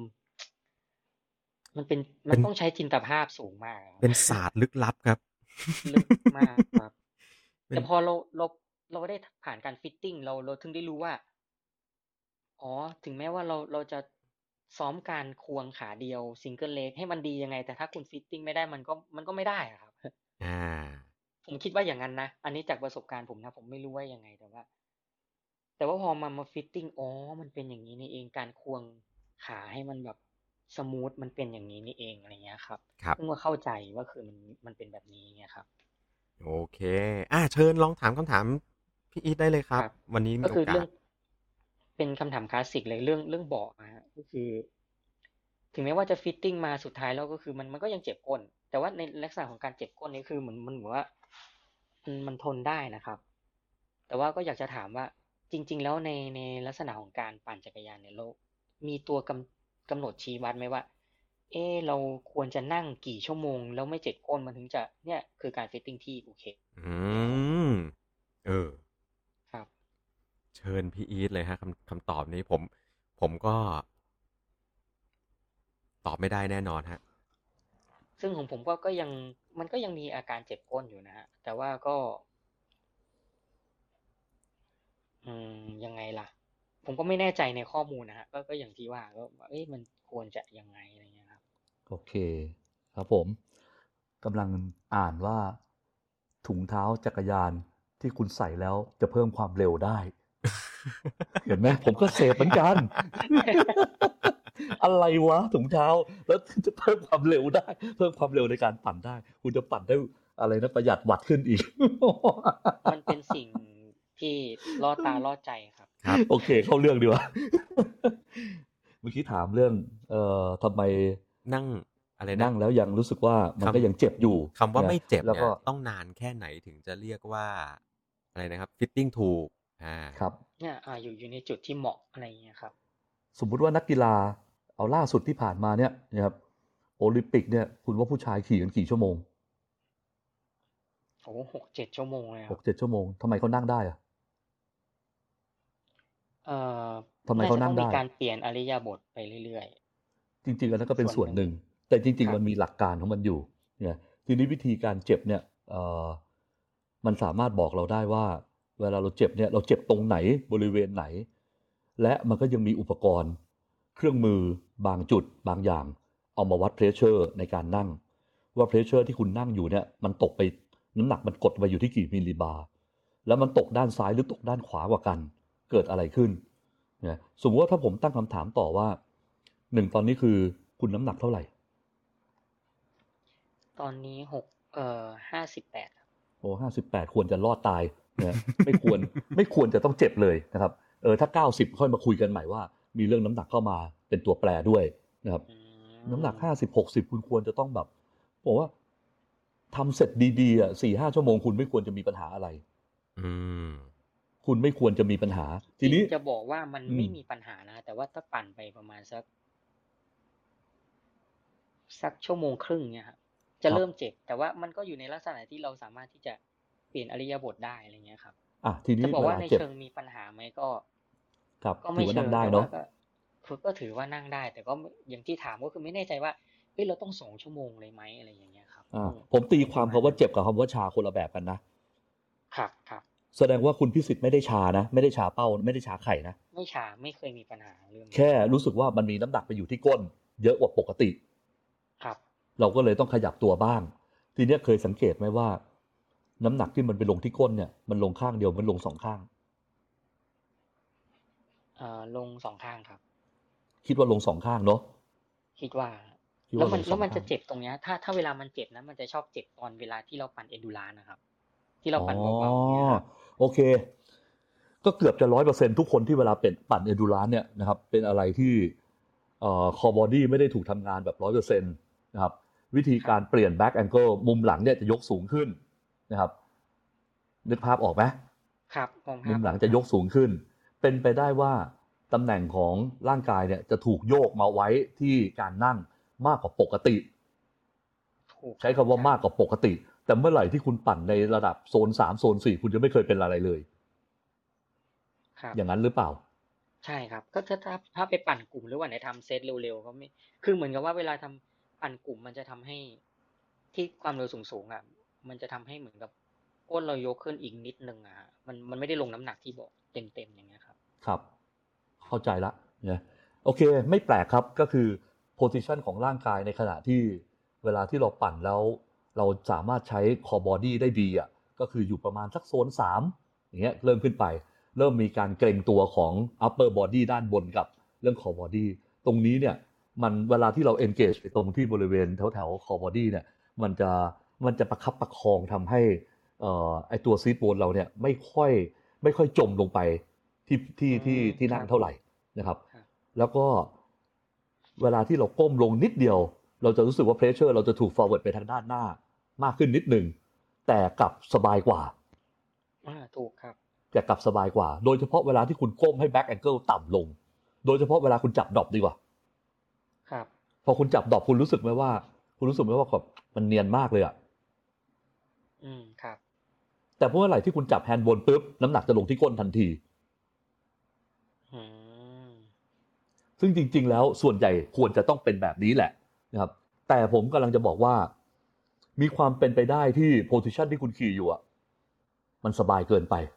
มันเป็นมัเป็น นต้องใช้จินตภาพสูงมากครับเป็นศาสตร์ลึกลับครับลึกมากครับเป็แต่นพอเราเราเราได้ผ่านการฟิตติ้งเราเราถึงได้รู้ว่า อ๋อ ถึงแม้ว่าเราเราจะซ้อมการควงขาเดียวซิงเกิลเลกให้มันดียังไง แต่ถ้าคุณฟิตติ้งไม่ได้มันก็มันก็ไม่ได้อะครับอ่าผมคิดว่าอย่างนั้นนะ อันนี้จากประสบการณ์ผมนะ ผมไม่รู้ว่ายังไงแต่ว่า แต่ว่าพอมามาฟิตติ้งอ๋อ มันเป็นอย่างนี้นี่เองการควงขาให้มันแบบสมูทมันเป็นอย่างนี้นี่เองอะไรเงี้ยครับครับเพิ่งมาเข้าใจว่าคือมันมันเป็นแบบนี้เงี้ยครับโอเค อ่าเชิญลองถามคำถามพี่อีทได้เลยคครับ รับวันนี้ก็มีโอคือกาเรื่อสง เป็นคำถามคลาสสิกเลยเรื่องเรื่องเบาะนะฮะก็คือ ถึงแม้ว่าจะฟิตติ้งมาสุดท้ายแล้วก็คือมันมันก็ยังเจ็บก้น แต่ว่าในลักษณะของการเจ็บก้นนี้คือเหมือนมันเหมือนว่ามันมันทนได้นะครับ แต่ว่าก็อยากจะถามว่าจริง ๆ แล้วในในลักษณะของการปั่นจักรยานเนี่ยเรามีตัวกำกำหนดชี้วัดไหมว่า เออเราควรจะนั่งกี่ชั่วโมงแล้วไม่เจ็บก้นมันถึงจะเนี่ยคือการฟิตติ้งที่โอเคอืม เออครับเชิญพี่อีทเลยฮะคำคำตอบนี้ผม ผมก็ ตอบไม่ได้แน่นอนฮะซึ่งของผมก็ก็ยังมันก็ยังมีอาการเจ็บก้นอยู่นะฮะแต่ว่าก็ อืมยังไงล่ะ ผมก็ไม่แน่ใจในข้อมูลนะฮะก็ก็อย่างที่ว่าก็เอ้ยมันควรจะยังไงอะไรเงี้ยครับโอเค ครับผมกำลังอ่านว่าถุงเท้าจักรยานที่คุณใส่แล้วจะเพิ่มความเร็วได้ เห็นไหมผมก็เสพเหมือนกัน อะไรวะถุงเท้าแล้วจะเพิ่มความเร็วได้ เพิ่มความเร็วในการปั่นได้ คุณจะปั่นได้อะไรนะประหยัดวัตต์ขึ้นอีกมันเป็นสิ่งที่ล่อตาล่อใจครับครับโอเค เข้าเรื่องดีกว่า เมื่อกี้ถามเรื่อง เอ่อทำไมนั่งอะไรนั่นะงแล้วยังรู้สึกว่ามันคำก็ยังเจ็บอยู่คำว่านะไม่เจ็บแล้วเนี่ก็ยต้องนานแค่ไหนถึงจะเรียกว่า อะไรนะครับ fitting ถูก อ่าครับเนี่ยอ่าอยู่อยู่ในจุดที่เหมาะอะไรเงี้ยครับสมมุติว่านักกีฬาเอาล่าสุดที่ผ่านมาเนี่ยนะครับโอลิมปิกเนี่ยคุณว่าผู้ชายขี่กันกี่ชั่วโมงโอ้หกเจ็ดชั่วโมงเลยคหรับกเจ็ดชั่วโมงทำไมเขานั่งได้อะเอ่อทำไมน่าเขาจะนั่ต้งองมีได้การเปลี่ยนอริยบทไปเรื่อยจริงๆอันนั้นก็เป็นส่ส่ววน นหหนึ่นึ่งง แต่จริงครัๆบมันมีหลักการของมันอยู่เนี่ยทีนี้วิธีการเจ็บเนี่ยเอ่อมันสามารถบอกเราได้ว่า เวลาเราเจ็บเนี่ยเราเจ็บตรงไหนบริเวณไหน และมันก็ยังมีอุปกรณ์ เครื่องมือบางจุดบางอย่าง เอามาวัดเพรสเชอร์ในการนั่ง ว่าเพรสเชอร์ที่คุณนั่งอยู่เนี่ยมันตกไปน้ำหนักมันกดไปอยู่ที่กี่มิลลิบาร์ แล้วมันตกด้านซ้ายหรือตกด้านขวากว่ากัน เกิดอะไรขึ้นเนี่ยสมมติว่าถ้าผมตั้งคำถามต่อว่าหนึ่งตอนนี้คือคุณน้ำหนักเท่าไหร่ๆ ตอนนี้หกเอ่อห้าสิบแปดครับโอ้ห้าสิบแปดควรจะรอดตายนะ ไม่ควร ไม่ควรจะต้องเจ็บเลยนะครับเออถ้าเก้าสิบค่อยมาคุยกันใหม่ว่า มีเรื่องน้ำหนักเข้ามาเป็นตัวแปรด้วยนะครับอืมน้ำหนักห้าสิบหกสิบคุณควรจะต้องแบบบอกว่าทำเสร็จดีๆอ่ะสี่ห้าชั่วโมงคุณไม่ควรจะมีปัญหาอะไรอืมคุณไม่ควรจะมีปัญหา ทีนี้จะบอกว่ามันอืมไม่มีปัญหานะ แต่ว่าถ้าปั่นไปประมาณสัก สักชั่วโมงครึ่งเนี่ยครับจะเริ่มเจ็บ แต่ว่ามันก็อยู่ในลักษณะที่เราสามารถที่จะเปลี่ยนอริยบทได้อะไรเงี้ยครับอ่ะทีนี้จะบอกเวว่าลาในเจ็บเชิงมีปัญหาไหมก็ครับก็ถืไม่อว่าเชินั่งงได้แต่เนาะว่าก็คือก็ถือว่านั่งได้ แต่ก็ไม่อย่างที่ถามก็คือไม่แน่ใจว่าเฮ้ยเราต้องสองชั่วโมงเลยไหมอะไรอย่างเงี้ยครับอ่าอืมผมตีความคำว่าเจ็บกับคำว่าชาคนละแบบกันนะครับครับแสดงว่าคุณพิสิทธิ์ไม่ได้ชานะ ไม่ได้ชาเป้าไม่ได้ชาไข่นะไม่ชาไม่เคยมีปัญหาเรื่องนี้แค่รู้สึกว่ามันมีน้ำหนักไปอยู่ที่ก้น เยอะกว่าปกติครับเราก็เลยต้องขยับตัวบ้าง ทีเนี้ยเคยสังเกตไหมว่า น้ำหนักที่มันไปลงที่ก้นเนี่ยมันลงข้างเดียวมันลงสองข้างเอ่อลงสองข้างครับคิดว่าลงสองข้างเนาะคิดว่าคิดแล้วว่ามันลงสแล้อวงมันจะข้างเจ็บตรงเนี้ยถ้าถ้าเวลามันเจ็บนะมันจะชอบเจ็บตอนเวลาที่เราปั่นเอนดูรานนะครับ ที่เราปั่นอ๋อเบาๆเนี่ยครับโอเค ก็เกือบจะร้อยเปอร์เซ็นทุกคนที่เวลาเป็นปั่นเอนดูรานเนี่ยนะครับเป็นอะไรที่เอ่อคอบอดี้ไม่ได้ถูกทำงานแบบร้อยเปอร์เซ็นต์นะครับวิธีการเปลี่ยนแบ็กแองเกิลมุมหลังเนี่ยจะยกสูงขึ้นนะครับนึกภาพออกไหมครับผมคมุรับมหลังจะยกสูงขึ้นเป็นไปได้ว่าตำแหน่งของร่างกายเนี่ยจะถูกโยกมาไว้ที่การนั่งมากกว่าปกติถูกใช้คำว่ามากกว่าปกติแต่เมื่อไหร่ที่คุณปั่นในระดับโซนสามโซนสี่คุณจะไม่เคยเป็นอะไรเลยครับอย่างนั้นหรือเปล่าใช่ครับก็ถ้าถ้าถ้าไปปั่นกลุ่มหรือว่าไหนทำเซตเร็วๆก็ไม่คือเหมือนกับว่าเวลาทำปั่นกลุ่มมันจะทำให้ที่ความเร็วสูงๆอ่ะมันจะทำให้เหมือนกับก้นเรายกขึ้นอีกนิดนึงอ่ะมันมันไม่ได้ลงน้ำหนักที่บอกเต็มๆอย่างเงี้ยครับครับเข้าใจละเนี่ยโอเคไม่แปลกครับก็คือโพซิชันของร่างกายในขณะที่เวลาที่เราปั่นแล้วเราสามารถใช้คอบอดี้ได้ดีอ่ะก็คืออยู่ประมาณสักโซนสามอย่างเงี้ยเริ่มขึ้นไปเริ่มมีการเกร็งตัวของ upper body ด้านบนกับเรื่อง core body ตรงนี้เนี่ยมันเวลาที่เรา engage ไปตรงที่บริเวณแถวแถว core body เนี่ยมันจะมันจะประคับประคองทำให้เอ่อไอตัวซีทโบนเราเนี่ยไม่ค่อยไม่ค่อยจมลงไปที่ที่ที่ที่นั่งเท่าไหร่นะครับแล้วก็เวลาที่เราก้มลงนิดเดียวเราจะรู้สึกว่า pressure เราจะถูก forward ไปทางด้านหน้ามากขึ้นนิดนึงแต่กลับสบายกว่าอ่าถูกครับจะกลับสบายกว่าโดยเฉพาะเวลาที่คุณก้มให้ back angle ต่ำลงโดยเฉพาะเวลาคุณจับดรอปดีกว่าครับพอคุณจับดรอปคุณรู้สึกไหมว่าคุณรู้สึกไหมว่าแบบมันเนียนมากเลยอ่ะอืมครับแต่เมื่อไหร่ที่คุณจับแฮนด์บนปุ๊บน้ำหนักจะลงที่ก้นทันทีอืมซึ่งจริงๆแล้วส่วนใหญ่ควรจะต้องเป็นแบบนี้แหละนะครับแต่ผมกำลังจะบอกว่ามีความเป็นไปได้ที่โพซิชันที่คุณขี่อยู่อ่ะมันสบายเกินไป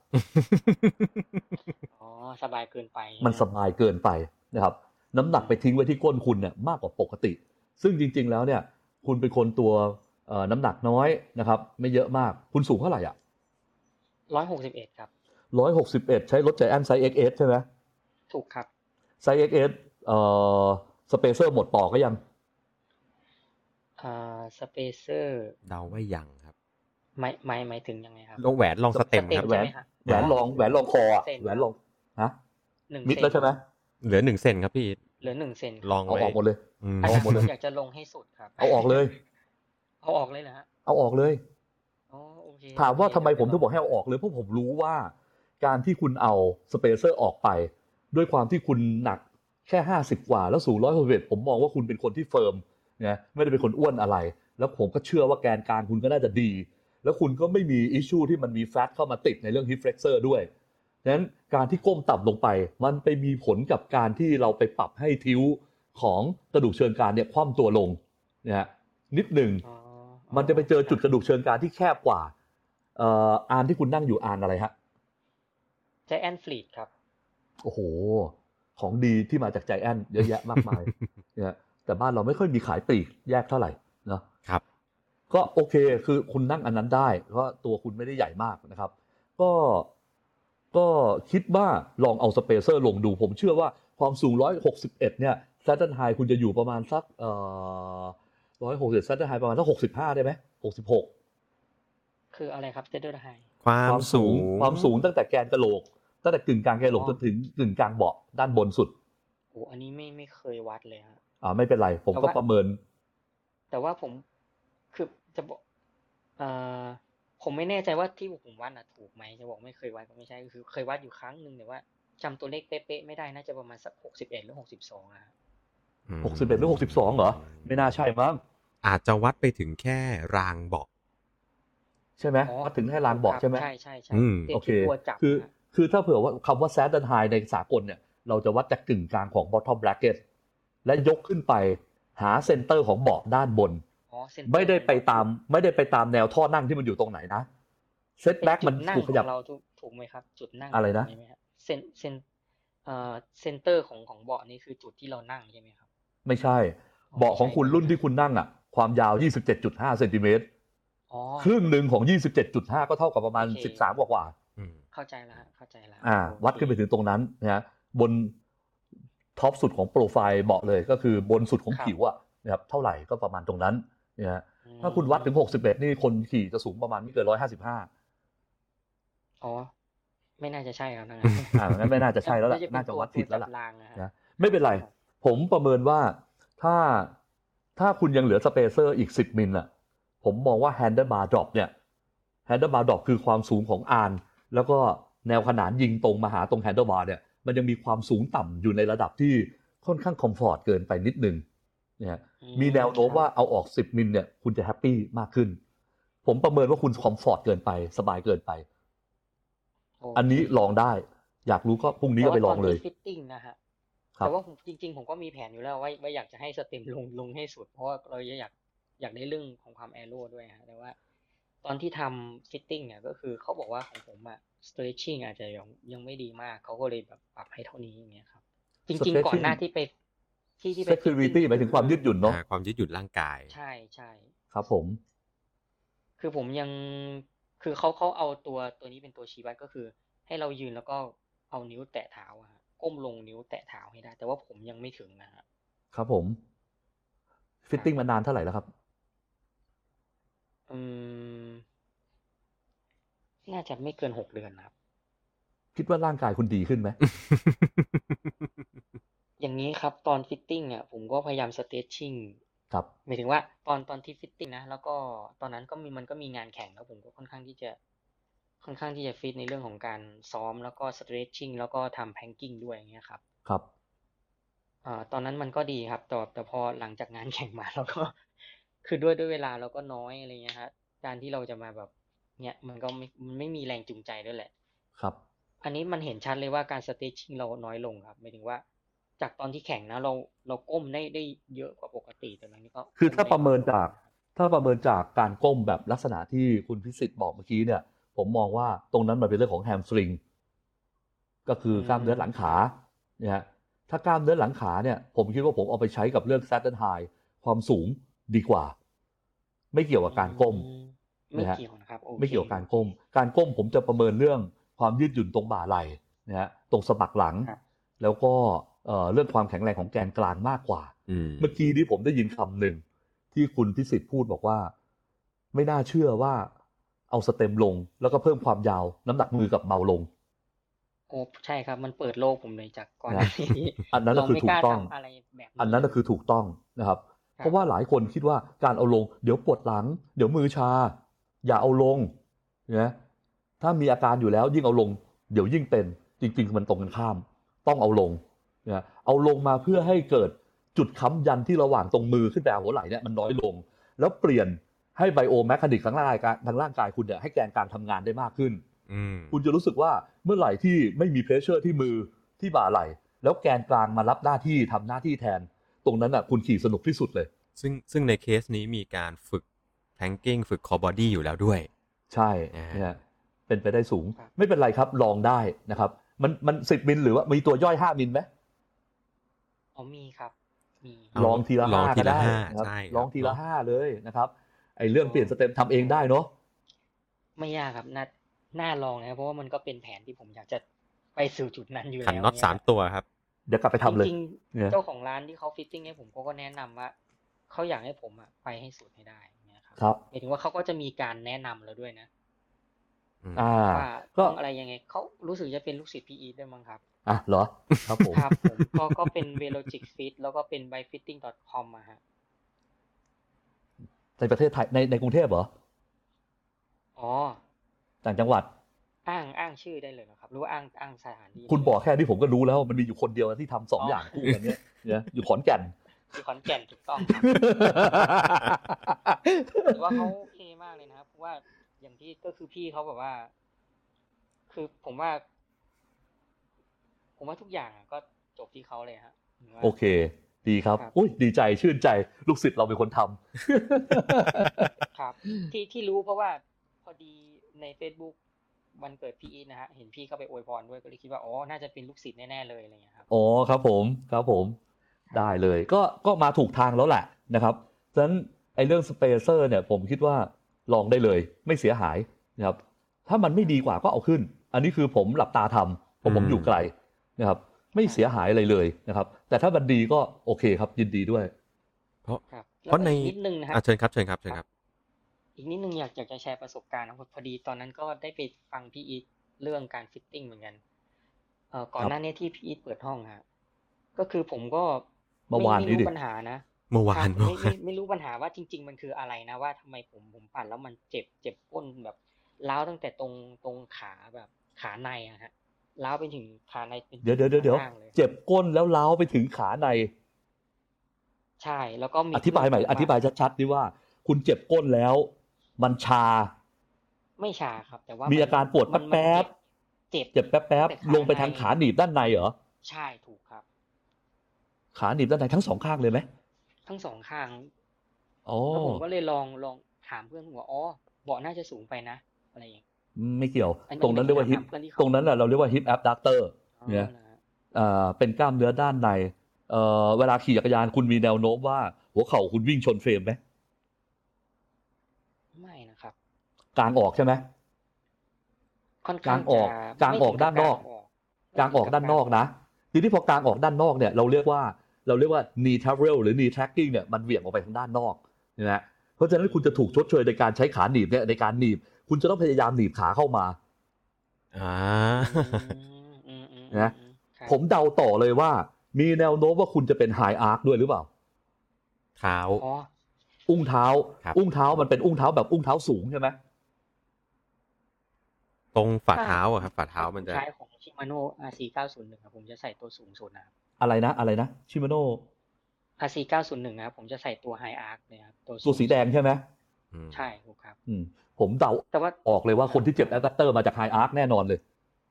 อ๋อสบายเกินไปมันสบายเกินไปนะครับน้ำหนักไปทิ้งไว้ที่ก้นคุณเนี่ยมากกว่าปกติซึ่งจริงๆแล้วเนี่ยคุณเป็นคนตัวเอ่อน้ำหนักน้อยนะครับไม่เยอะมากคุณสูงเท่าไหร่อ่ะหนึ่งร้อยหกสิบเอ็ดครับหนึ่งร้อยหกสิบเอ็ดใช้รถใจแอนไซส์ เอ็กซ์ เอส ใช่ไหมถูกครับไซส์ เอ็กซ์ เอส เอ่อสเปเซอร์หมดปอกก็ยังอ่าสเปเซอร์เดาว่ายังครับหมายหมายหมายถึงยังไงครับลงแหวนลองสเต็มครับแหวนแหวนลองแหวนลองคออ่ะแหวนลองฮะมิดแล้วใช่ไหมเหลือหนึ่งเซนครับพี่เหลือหนึ่งเซนลองเอาออกหมดเลยเอาออกหมดเลยอยากจะลงให้สุดครับเอาออกเลยเอาออกเลยเหรอฮะเอาออกเลยอ๋อโอเคถามว่าทำไมผมถึงบอกให้เอาออกเลยเพราะผมรู้ว่าการที่คุณเอาสเปเซอร์ออกไปด้วยความที่คุณหนักแค่ห้าสิบกว่าแล้วสูงหนึ่งร้อยหกสิบเอ็ดผมมองว่าคุณเป็นคนที่เฟิร์มนะไม่ได้เป็นคนอ้วนอะไรแล้วผมก็เชื่อว่าแกนกลางคุณก็น่าจะดีแล้วคุณก็ไม่มีอิชชูที่มันมีแฟตเข้ามาติดในเรื่องฮิปเฟล็กเซอร์ด้วยฉะนั้นการที่ก้มต่ำลงไปมันไปมีผลกับการที่เราไปปรับให้ทิ้วของกระดูกเชิงกรานเนี่ยคว่ำตัวลงนะฮะนิดหนึ่งมันจะไปเจอจุดกระดูกเชิงกรานที่แคบกว่าเอ่ออานที่คุณนั่งอยู่อานอะไรฮะใจแอนฟลีดครับโอ้โหของดีที่มาจากใจแอนเยอะแยะมากมายเนี่ยแต่บ้านเราไม่ค่อยมีขายปลีกแยกเท่าไหร่เนาะครับก็โอเคคือคุณนั่งอันนั้นได้เพราะตัวคุณไม่ได้ใหญ่มากนะครับก็ก็คิดว่าลองเอาสเปเซอร์ลงดูผมเชื่อว่าความสูงหนึ่งร้อยหกสิบเอ็ดเนี่ยแซตเทิลไฮคุณจะอยู่ประมาณสักเอ่อหนึ่งร้อยหกสิบแซตเทิลไฮประมาณสักหกสิบห้าได้ไหมหกสิบหกคืออะไรครับแซตเทิลไฮความสูงความสูงตั้งแต่แกนกะโหลกตั้งแต่กึ่งกลางแกนกะโหลกจนถึงกึ่งกลางเบาะด้านบนสุดโอ้อันนี้ไม่ไม่เคยวัดเลยฮะอ่าไม่เป็นไรผมก็ประเมินแต่ว่าผมคือจะบอกเอ่อผมไม่แน่ใจว่าที่ผมวัดน่ะถูกไหมจะบอกไม่เคยวัดก็ไม่ใช่คือเคยวัดอยู่ครั้งนึงแต่ว่าจำตัวเลขเป๊ะๆไม่ได้น่าจะประมาณสักหกสิบเอ็ดหรือหกสิบสองอ่ะหกสิบเอ็ดหรือหกสิบสองเหรอไม่น่าใช่มั้งอาจจะวัดไปถึงแค่รางเบาะใช่ไหมวัดถึงให้รางเบาะใช่ไหมใช่ใช่ใช่โอเคคือคือถ้าเผื่อว่าคำว่า saddle high ในสากลเนี่ยเราจะวัดจากกึ่งกลางของ bottom bracket และยกขึ้นไปหาเซนเตอร์ของเบาะด้านบนไม่ได้ไปตามไม่ได้ไปตามแนวท่อนั่งที่มันอยู่ตรงไหนนะเซตแบ็กมันถูกขยับเราถูกไหมครับจุดนั่งอะไรนะเซนเซนเอ่อเซนเตอร์ของของเบาะนี่คือจุดที่เรานั่งใช่ไหมครับไม่ใช่เบาะของคุณรุ่นที่คุณนั่งอ่ะความยาว ยี่สิบเจ็ดจุดห้า เซนติเมตรครึ่งหนึ่งของ ยี่สิบเจ็ดจุดห้า ก็เท่ากับประมาณสิบสามกว่าๆเข้าใจแล้วเข้าใจแล้วอ่าวัดขึ้นไปถึงตรงนั้นนะฮะบนท็อปสุดของโปรไฟล์เบาะเลยก็คือบนสุดของผิวอ่ะนะครับเท่าไหร่ก็ประมาณตรงนั้นนะฮะถ้าคุณวัดถึงหกสิบเอ็ดนี่คนขี่จะสูงประมาณไม่เกินหนึ่งร้อยห้าสิบห้าอ๋อไม่น่าจะใช่ครับนะอ่างั้นไม่น่าจะใช่แล้วล่ะน่าจะวัดผิดแล้วล่ะนะไม่เป็นไรผมประเมินว่าถ้าถ้าคุณยังเหลือสเปเซอร์อีกสิบมิลอ่ะผมมองว่า handlebar drop เนี่ยแฮนเดิลบาร์ดรอปคือความสูงของอาร์นแล้วก็แนวขนานยิงตรงมาหาตรงแฮนเดิลบาร์เนี่ยมันยังมีความสูงต่ำอยู่ในระดับที่ค่อนข้างคอมฟอร์ตเกินไปนิดนึงเนี่ยมีแนวโน้มว่าเอาออกสิบมิลเนี่ยคุณจะแฮปปี้มากขึ้นผมประเมินว่าคุณคอมฟอร์ตเกินไปสบายเกินไปอันนี้ลองได้อยากรู้ก็พรุ่งนี้ก็ไปลองเลยฟิตติ้งนะฮะแต่ว่าผมจริงๆผมก็มีแผนอยู่แล้วว่าว่าอยากจะให้สเต็มลงลงให้สุดเพราะว่าเราอยากอยากได้เรื่องของความแอโร่ด้วยฮะแต่ว่าตอนที่ทำฟิตติ้งเนี่ยก็คือเขาบอกว่าของผมอะ stretching อาจจะยังยังไม่ดีมากเขาก็เลยแบบปรับให้เท่านี้อย่างเงี้ยครับจริงๆก่อนหน้าที่ไปที่ที่ไป flexibility หมายถึงความยืดหยุ่นเนาะความยืดหยุ่นร่างกายใช่ใช่ครับผมคือผมยังคือเขาเขาเอาตัวตัวนี้เป็นตัวชี้วัดก็คือให้เรายืนแล้วก็เอานิ้วแตะเท้าอะฮะก้มลงนิ้วแตะเท้าให้ได้แต่ว่าผมยังไม่ถึงนะฮะครับผมฟิตติ้งมานานเท่าไหร่แล้วครับอืมน่าจะไม่เกินหกเดือนครับคิดว่าร่างกายคุณดีขึ้นไหมอย่างนี้ครับตอนฟิตติ้งอ่ะผมก็พยายามสเตรชชิ่งครับหมายถึงว่าตอนตอนที่ฟิตติ้งนะแล้วก็ตอนนั้นก็มีมันก็มีงานแข่งแล้วผมก็ค่อนข้างที่จะค่อนข้างที่จะฟิตในเรื่องของการซ้อมแล้วก็สเตรชชิ่งแล้วก็ทำแพงกิ้งด้วยอย่างเงี้ยครับครับอ่าตอนนั้นมันก็ดีครับแต่แต่พอหลังจากงานแข่งมาแล้วก็คือด้วยด้วยเวลาเราก็น้อยอะไรเงี้ยครับการที่เราจะมาแบบเนี้ยมันก็ไม่มันไม่มีแรงจูงใจด้วยแหละครับอันนี้มันเห็นชัดเลยว่าการสเตรชชิ่งเราน้อยลงครับหมายถึงว่าจากตอนที่แข่งนะเราเราก้มได้ได้เยอะกว่าปกติแต่ตอนนี้ก็คือถ้าประเมินจากถ้าประเมินจากการก้มแบบลักษณะที่คุณพิสิทธิ์บอกเมื่อกี้เนี่ยผมมองว่าตรงนั้นมันเป็นเรื่องของแฮมสตริงก็คือกล้ามเนื้อหลังขาเนี่ยถ้ากล้ามเนื้อหลังขาเนี่ยผมคิดว่าผมเอาไปใช้กับเรื่อง Saturn High ความสูงดีกว่าไม่เกี่ยวกับการก้มไม่เกี่ยวนะครับไม่เกี่ยวกับการก้มการก้มผมจะประเมินเรื่องความยืดหยุ่นตรงบ่าไหล่นะฮะตรงสะบักหลังแล้วก็เอ่อเรื่องความแข็งแรงของแกนกลางมากกว่าเมื่อกี้นี้ผมได้ยินคำหนึ่งที่คุณพิสิทธิ์พูดบอกว่าไม่น่าเชื่อว่าเอาสเต็มลงแล้วก็เพิ่มความยาวน้ำหนักมือกับเบาลงโอ้ใช่ครับมันเปิดโลกผมเลยจากก่อนนี้อันนั้นก็คือถูกต้องอันนั้นก็คือถูกต้องนะครับเพราะว่าหลายคนคิดว่าการเอาลงเดี๋ยวปวดหลังเดี๋ยวมือชาอย่าเอาลงนะถ้ามีอาการอยู่แล้วยิ่งเอาลงเดี๋ยวยิ่งเป็นจริงๆมันตรงกันข้ามต้องเอาลงนะเอาลงมาเพื่อให้เกิดจุดค้ำยันที่ระหว่างตรงมือขึ้นไปหัวไหล่เนี่ยมันน้อยลงแล้วเปลี่ยนให้ไบโอแมคานิกทางร่างกายทางร่างกายคุณเนี่ยให้แกนกลางทำงานได้มากขึ้นคุณจะรู้สึกว่าเมื่อไหร่ที่ไม่มีเพรสเชอร์ที่มือที่บ่าไหล่แล้วแกนกลางมารับหน้าที่ทำหน้าที่แทนตรงนั้นอ่ะคุณขี่สนุกที่สุดเลยซึ่งซึ่งในเคสนี้มีการฝึกแพงกิ้งฝึกคอบอดี้อยู่แล้วด้วยใช่เนี่ยเป็นไปได้สูงไม่เป็นไรครับลองได้นะครับมันมันสิบมิลหรือว่ามีตัวย่อยห้ามิลไหมอ๋อมีครับมีลองทีละห้าก็ได้นะครับลองทีละห้าเลยนะครับไอ้เรื่องเปลี่ยนสเต็มทำเองได้เนาะไม่ยากครับน่าน่าลองนะเพราะว่ามันก็เป็นแผนที่ผมอยากจะไปสู่จุดนั้นอยู่แล้วขันน็อตสามตัวครับเดี๋ยวกลับไปทำเลยจริงๆเจ้าของร้านที่เขาฟิตติ้งให้ผมเขาก็แนะนำว่าเขาอยากให้ผมอะไปให้สุดให้ได้เนี่ยครับครับหมายถึงว่าเขาก็จะมีการแนะนำเราด้วยนะอ่าก็อะไรยังไงเขารู้สึกจะเป็นลูกศิษย์พี่อีทด้วยมั้งครับอ่ะเหรอครับผมครับผมก็ก็เป็น Velogic Fit แล้วก็เป็น by fitting dot com อ่ะฮะในประเทศไทยในในกรุงเทพเหรออ๋อต่างจังหวัดอ้างอ้างชื่อได้เลยนะครับหรือว่าอ้างอ้างสถานที่คุณบอกแค่นี้ผมก็รู้แล้วมันมีอยู่คนเดียวที่ทำสองอย่างคู่กันเนี้ยเนี่ยอยู่ขอนแก่นอยู่ขอนแก่นถูกต้องครับแต่ว่าเขาโอเคมากเลยนะครับเพราะว่าอย่างที่ก็คือพี่เขาแบบว่าคือผมว่าผมว่าทุกอย่างก็จบที่เขาเลยฮะโอเคดีครับอุ้ยดีใจชื่นใจลูกศิษย์เราเป็นคนทำครับที่ที่รู้เพราะว่าพอดีใน Facebook วันเกิดพี่อีทนะฮะเห็นพี่เข้าไปอวยพรด้วยก็เลยคิดว่าอ๋อน่าจะเป็นลูกศิษย์แน่ๆเลยอะไรอย่างเงี้ยครับอ๋อครับผมครับผมได้เลยก็ก็มาถูกทางแล้วแหละนะครับฉะนั้นไอ้เรื่องสเปเซอร์เนี่ยผมคิดว่าลองได้เลยไม่เสียหายนะครับถ้ามันไม่ดีกว่าก็เอาขึ้นอันนี้คือผมหลับตาทำเพราะผมอยู่ไกลนะครับไม่เสียหายอะไรเลยนะครับแต่ถ้ามันดีก็โอเคครับยินดีด้วยเพราะเพราะในนิดนึงนะครับเชิญครับเชิญครับเชิญครับอีกนิดนึงอยากอยากจะแชร์ประสบการณ์นะพอดีตอนนั้นก็ได้ไปฟังพี่อีทเรื่องการฟิตติ้งเหมือนกันเอ่อก่อนหน้านี้ที่พี่อีทเปิดห้องฮะก็คือผมก็เมื่อวานนี้ดิไม่รู้ปัญหานะเมื่อวานไม่ไม่ไม่รู้ปัญหาว่าจริงๆมันคืออะไรนะว่าทำไมผมผมปั่นแล้วมันเจ็บเจ็บก้นแบบล้าวตั้งแต่ตรงตรงขาแบบขาในอะฮะล้าวไปถึงขาในเป็นเดี๋ยวเดี๋ยวเดี๋ยวข้างๆเลยเจ็บก้นแล้วล้าวไปถึงขาในใช่แล้วก็มีอธิบายใหม่อธิบายชัดๆดิว่า คุณเจ็บก้นแล้ว มันชาไม่ชาครับแต่ว่ามีมีอาการปวดแป๊บเจ็บเจ็บแป๊บแต่ขาๆลงไปทางขาหนีบด้านในเหรอใช่ถูกครับขาหนีบด้านในทั้งสองข้างเลยไหมทั้งสองข้างอ๋อแล้วผมก็เลยลองลองถามเพื่อนผมว่าอ๋อเบาะน่าจะสูงไปนะอะไรอย่างเงี้ยไม่เกี่ยวอันนี้ตรงนั้นเรียกว่าฮิปถามเพื่อนที่เขาตรงนั้นแหละเราเรียกว่าฮิปแอปดักเตอร์อ๋อเนี่ยเหรอฮะเอ่อเป็นกล้ามเนื้อด้านในเอ่อเวลาขี่จักรยานคุณมีแนวโน้มว่าหัวเข่าคุณวิ่งชนเฟรมไหมไม่นะครับกลางออกใช่ไหมค่อนกลาข้างงออกจะกลางออกไม่ถึด้านนอกบกลางออกด้านนอกนะทีนี้พอกลางออกด้านนอกเนี่ยเราเรียกว่าเราเรียกว่า knee travel หรือ knee tracking เนี่ยมันเหวี่ยงออกไปทางด้านนอกนะฮะเพราะฉะนั้นคุณจะถูกชดเชยในการใช้ขาหนีบเนี่ยในการหนีบคุณจะต้องพยายามหนีบขาเข้ามาอ่าอืมอืมอืมนะอืมครับผมเดาต่อเลยว่ามีแนวโน้มว่าคุณจะเป็น high arc ด้วยหรือเปล่าเท้าอ๋ออุ้งเท้าครับอุ้งเท้ามันเป็นอุ้งเท้าแบบอุ้งเท้าสูงใช่ไหมตรงฝ่าเท้าอะครับฝ่าเท้ามันจะใช้ของ Shimano อาร์ ซี เก้าศูนย์หนึ่งครับผมจะใส่ตัวสูงสุดนะครับอะไรนะอะไรนะชิมาโน่อาร์ ซี เก้าศูนย์หนึ่งนะครับผมจะใส่ตัว High Arc เลยครับตัวตัวสีแดงใช่ไหมอืมใช่ถูกครับอืมผมเดาแต่ว่าออกเลยว่าคนที่เจ็บแอดดักเตอร์มาจาก high arc แน่นอนเลย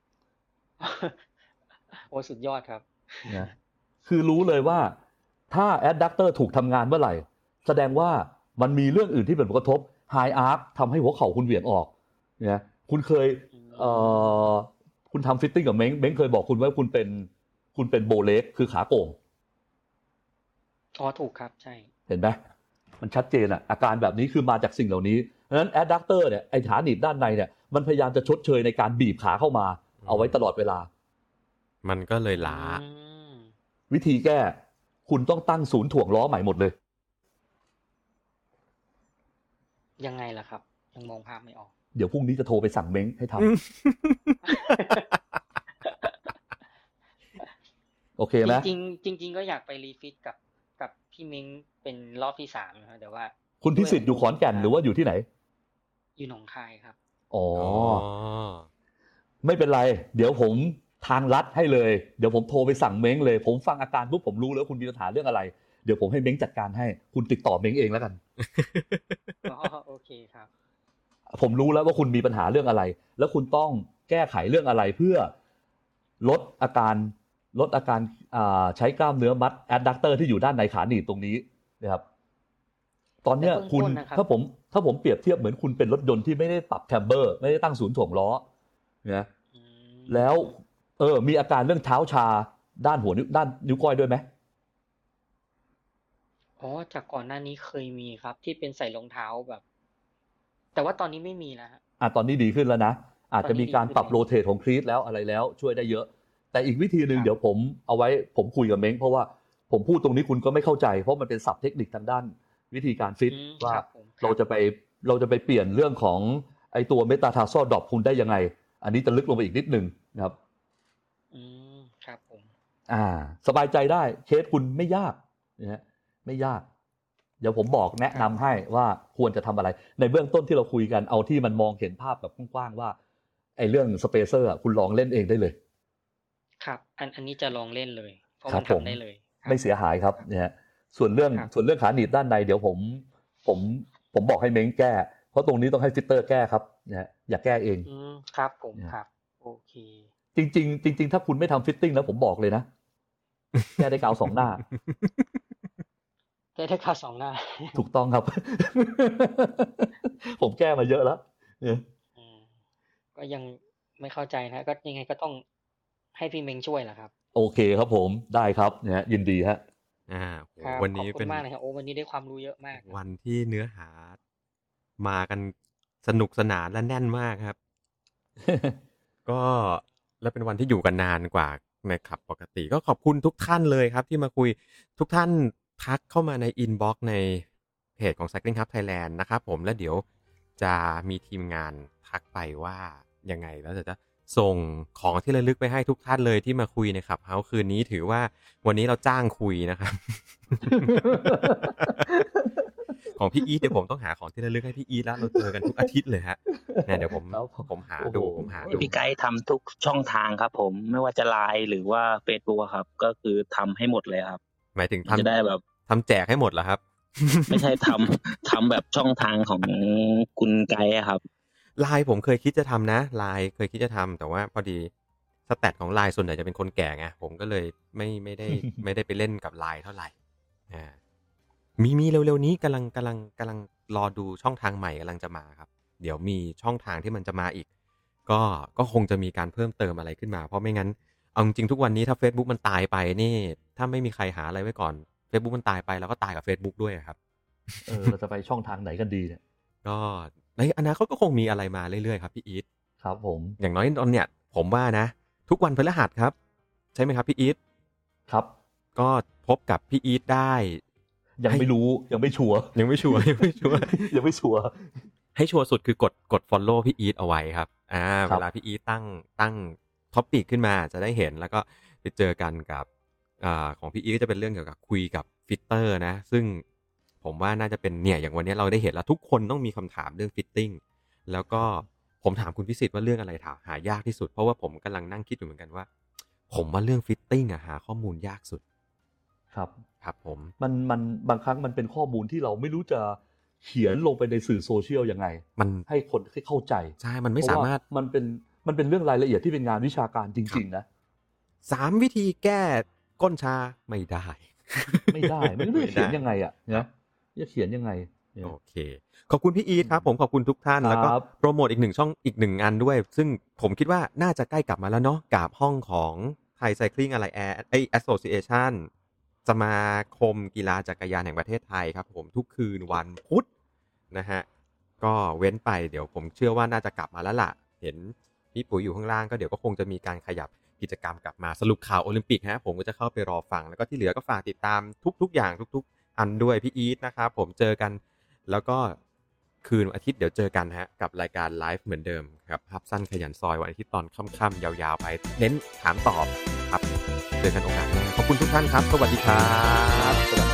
โอ้สุดยอดครับนะคือรู้เลยว่าถ้าแอดดักเตอร์ถูกทำงานเมื่อไหร่แสดงว่ามันมีเรื่องอื่นที่เป็นผลกระทบ high arc ทำให้หัวเข่าคุณเหวี่ยงออกนะคุณเคยเอ่อคุณทำฟิตติ้งกับเม้งเม้งเคยบอกคุณว่าคุณเป็นคุณเป็นโบเล็กคือขาโก่งอ๋อถูกครับใช่เห็นไหมมันชัดเจนอะอาการแบบนี้คือมาจากสิ่งเหล่านี้เพราะฉะนั้นแอดดักเตอร์เนี่ยไอ้ขาหนีบด้านในเนี่ยมันพยายามจะชดเชยในการบีบขาเข้ามาเอาไว้ตลอดเวลามันก็เลยล้าอืมวิธีแก้คุณต้องตั้งศูนย์ถ่วงล้อใหม่หมดเลยยังไงล่ะครับ ยังมองภาพไม่ออกเดี๋ยวพรุ่งนี้จะโทรไปสั่งเม้งให้ทำ โอเคไหมจริงๆจริง ๆ ก็อยากไปรีฟิตกับกับพี่มิ้งเป็นรอบที่สามนะครับแต่ว่าคุณพิสิทธิ์อยู่ขอนแก่นหรือว่าอยู่ที่ไหนอยู่หนองคายครับอ๋ออ๋อไม่เป็นไร เดี๋ยวผมทางลัดให้เลย เดี๋ยวผมโทรไปสั่งเม้งเลย ผมฟังอาการปุ๊บผมรู้แล้วคุณมีปัญหาเรื่องอะไร เดี๋ยวผมให้เม้งจัดการให้ คุณติดต่อเม้งเองแล้วกันอ๋อโอเคครับผมรู้แล้วว่าคุณมีปัญหาเรื่องอะไร แล้วคุณต้องแก้ไขเรื่องอะไรเพื่อลดอาการลดอาการอ่าใช้กล้ามเนื้อมัดแอดดักเตอร์ที่อยู่ด้านในขาหนีบตรงนี้นะครับ ตอนเนี้ยแต่เบื้องคุณต้นนะครับถ้าผมถ้าผมเปรียบเทียบเหมือนคุณเป็นรถยนต์ที่ไม่ได้ปรับแคมเบอร์ไม่ได้ตั้งศูนย์ถ่วงล้อนะอืมแล้วเออมีอาการเรื่องเท้าชาด้านหัวนิ้วด้านนิ้วก้อยด้วยไหมอ๋อจากก่อนหน้านี้เคยมีครับ ที่เป็นใส่รองเท้าแบบ แต่ว่าตอนนี้ไม่มีแล้วฮะอ่ะตอนนี้ดีขึ้นแล้วนะอาจจะมีการปรับตอนนี้ดีขึ้นโรเตทของคลีทแล้วอะไรแล้วช่วยได้เยอะ แต่อีกวิธีหนึ่งครับเดี๋ยวผมเอาไว้ผมคุยกับเม้งเพราะว่าผมพูดตรงนี้คุณก็ไม่เข้าใจเพราะมันเป็นศัพท์เทคนิคทางด้านวิธีการฟิตอืมว่าครับผมครับเราจะไปเราจะไปเปลี่ยนเรื่องของไอตัวเมตาทาร์ซอลดรอปคุณได้ยังไง อันนี้จะลึกลงไปอีกนิดนึงนะครับอืมครับผมอ่า สบายใจได้เคสคุณไม่ยากนะฮะไม่ยาก เดี๋ยวผมบอกแนะนำให้ว่าควรจะทำอะไร ในเบื้องต้นที่เราคุยกันเอาที่มันมองเห็นภาพแบบกว้างๆว่าไอ้เรื่องสเปเซอร์คุณลองเล่นเองได้เลยครับ อันอันนี้จะลองเล่นเลย เพราะครัมับนผมทำได้เลยครับไม่เสียหายครับนะฮะส่วนเรื่องครับส่วนเรื่องขาหนีบด้านในเดี๋ยวผมผมผมบอกให้เม้งแก้ เพราะตรงนี้ต้องให้ฟิตเตอร์แก้ครับนะฮะอย่าแก้เองอืมครับผมเนี่ยครับ โอเคจริงๆจริงๆถ้าคุณไม่ทำฟิตติ้งแล้วผมบอกเลยนะ แก้ได้กาวสองหน้าได้ได้ค่าสองหน้าถูกต้องครับ ผมแก้มาเยอะแล้วเนี่ยอืมก็ยังไม่เข้าใจนะก็ยังไงก็ต้องให้พี่เมงช่วยแหละครับโอเคครับผมได้ครับนะฮะยินดีฮะอ่าโหครับวันขอบนี้คุเป็นณมากเลยครับโอ้วันนี้ได้ความรู้เยอะมากวันที่เนื้อหามากันสนุกสนานและแน่นมากครับ ก็และเป็นวันที่อยู่กันนานกว่าในขับปกติ ก็ขอบคุณทุกท่านเลยครับ ที่มาคุยทุกท่านทักเข้ามาในอินบ็อกซ์ในเพจของ Cycling Hub Thailand นะครับผมแล้วเดี๋ยวจะมีทีมงานทักไปว่ายังไงแล้วจะส่งของที่ระลึกไปให้ทุกท่านเลยที่มาคุยในขับเฮาส์คืนนี้ถือว่าวันนี้เราจ้างคุยนะครับของพี่อีทเดี๋ยวผมต้องหาของที่ระลึกให้พี่อีทแล้วเราเจอกันทุกอาทิตย์เลยฮะเนี่ยเดี๋ยวผมครับผมหาโอ้โหดูผมหาดูพี่ไกด์ทำทุกช่องทางครับผมไม่ว่าจะไลน์หรือว่า Facebook อะครับ ก็คือทำให้หมดเลยครับหมายถึงมันจะทำได้แบบทำแจกให้หมดเหรอครับไม่ใช่ทำ ทำแบบช่องทางของคุณไกด์อะครับไลน์ผมเคยคิดจะทำนะไลน์เคยคิดจะทำแต่ว่าพอดีสแตทของไลน์ส่วนใหญ่จะเป็นคนแก่ไงผมก็เลยไม่ไม่ได้ ไม่ได้ไปเล่นกับไลน์เท่าไหร่อ่ามีมีเร็วๆนี้กำลังกำลังกำลังรอดูช่องทางใหม่กำลังจะมาครับเดี๋ยวมีช่องทางที่มันจะมาอีกก็ก็คงจะมีการเพิ่มเติมอะไรขึ้นมาเพราะไม่งั้นเอาจริงๆทุกวันนี้ถ้า Facebook มันตายไปนี่ถ้าไม่มีใครหาอะไรไว้ก่อน Facebook มันตายไปแล้วก็ตายกับ Facebook ด้วยครับเออเราจะไปช่องทางไหนกันดีเนี่ยก็ในอนาคตก็คงมีอะไรมาเรื่อยๆครับพี่อีทครับผมอย่างน้อยตอนเนี้ยผมว่านะทุกวันพฤหัสครับใช่ไหมครับพี่อีทครับก็พบกับพี่อีทได้ยังไม่รู้ยังไม่ชัวร์ยังไม่ชัวร์ ยังไม่ชัวร์ยังไม่ชัวร์ให้ชัวร์สุดคือกดกด follow พี่อีทเอาไว้ครับอ่าครัเวบลาพี่อีทตั้งตั้งท็อปิกขึ้นมาจะได้เห็นแล้วก็ไปเจอกันกับอ่าของพี่อีทก็จะเป็นเรื่องเกี่ยวกับคุยกับฟิตเตอร์นะซึ่งผมว่าน่าจะเป็นเนี่ยอย่างวันนี้เราได้เห็นแล้วทุกคนต้องมีคำถามเรื่องฟิตติ้งแล้วก็ผมถามคุณพิสิทธิ์ว่าเรื่องอะไรถามหายากที่สุดเพราะว่าผมกำลังนั่งคิดอยู่เหมือนกันว่าผมว่าเรื่องฟิตติ้งอะหาข้อมูลยากสุดครับครับผมมันมันบางครั้งมันเป็นข้อมูลที่เราไม่รู้จะเขียนลงไปในสื่อโซเชียลยังไงมันให้คนให้เข้าใจใช่มันไม่เพสาราะว่มารถมันเป็นมันเป็นเรื่องรายละเอียดที่เป็นงานวิชาการจริง ๆ นะสามวิธีแก้ก้นชาไม่ได้ไม่ได้ไม่รู้จะเขียนยังไงอ่ะนะจะเขียนยังไงเนี่ยโอเคขอบคุณพี่อีทครับผมขอบคุณทุกท่านครับแล้วก็โปรโมทอีกหนึ่งช่องอีกหนึ่งอันด้วย ซึ่งผมคิดว่าน่าจะใกล้กลับมาแล้วเนาะกับห้องของไทยไซคลิงอะไรแอร์ไอแอสโซซิเอชันสมาคมกีฬาจักรยานแห่งประเทศไทยครับผมทุกคืนวันพุธนะฮะก็เว้นไปเดี๋ยวผมเชื่อว่าน่าจะกลับมาแล้วล่ะเห็นพี่ปุ๋ยอยู่ข้างล่างก็เดี๋ยวก็คงจะมีการขยับกิจกรรมกลับมาสรุปข่าวโอลิมปิกฮะผมก็จะเข้าไปรอฟังแล้วก็ที่เหลือก็ฝากติดตามทุกๆอย่างทุกๆอันด้วยพี่อีทนะครับผมเจอกันแล้วก็คืนวันอาทิตย์เดี๋ยวเจอกันฮะกับรายการไลฟ์เหมือนเดิมครับพับสั้นขยันซอยวันอาทิตย์ตอนค่ำๆยาวๆไปเน้นถามตอบครับเจอกันโอกาสหน้าขอบคุณทุกท่านครับสวัสดีครับ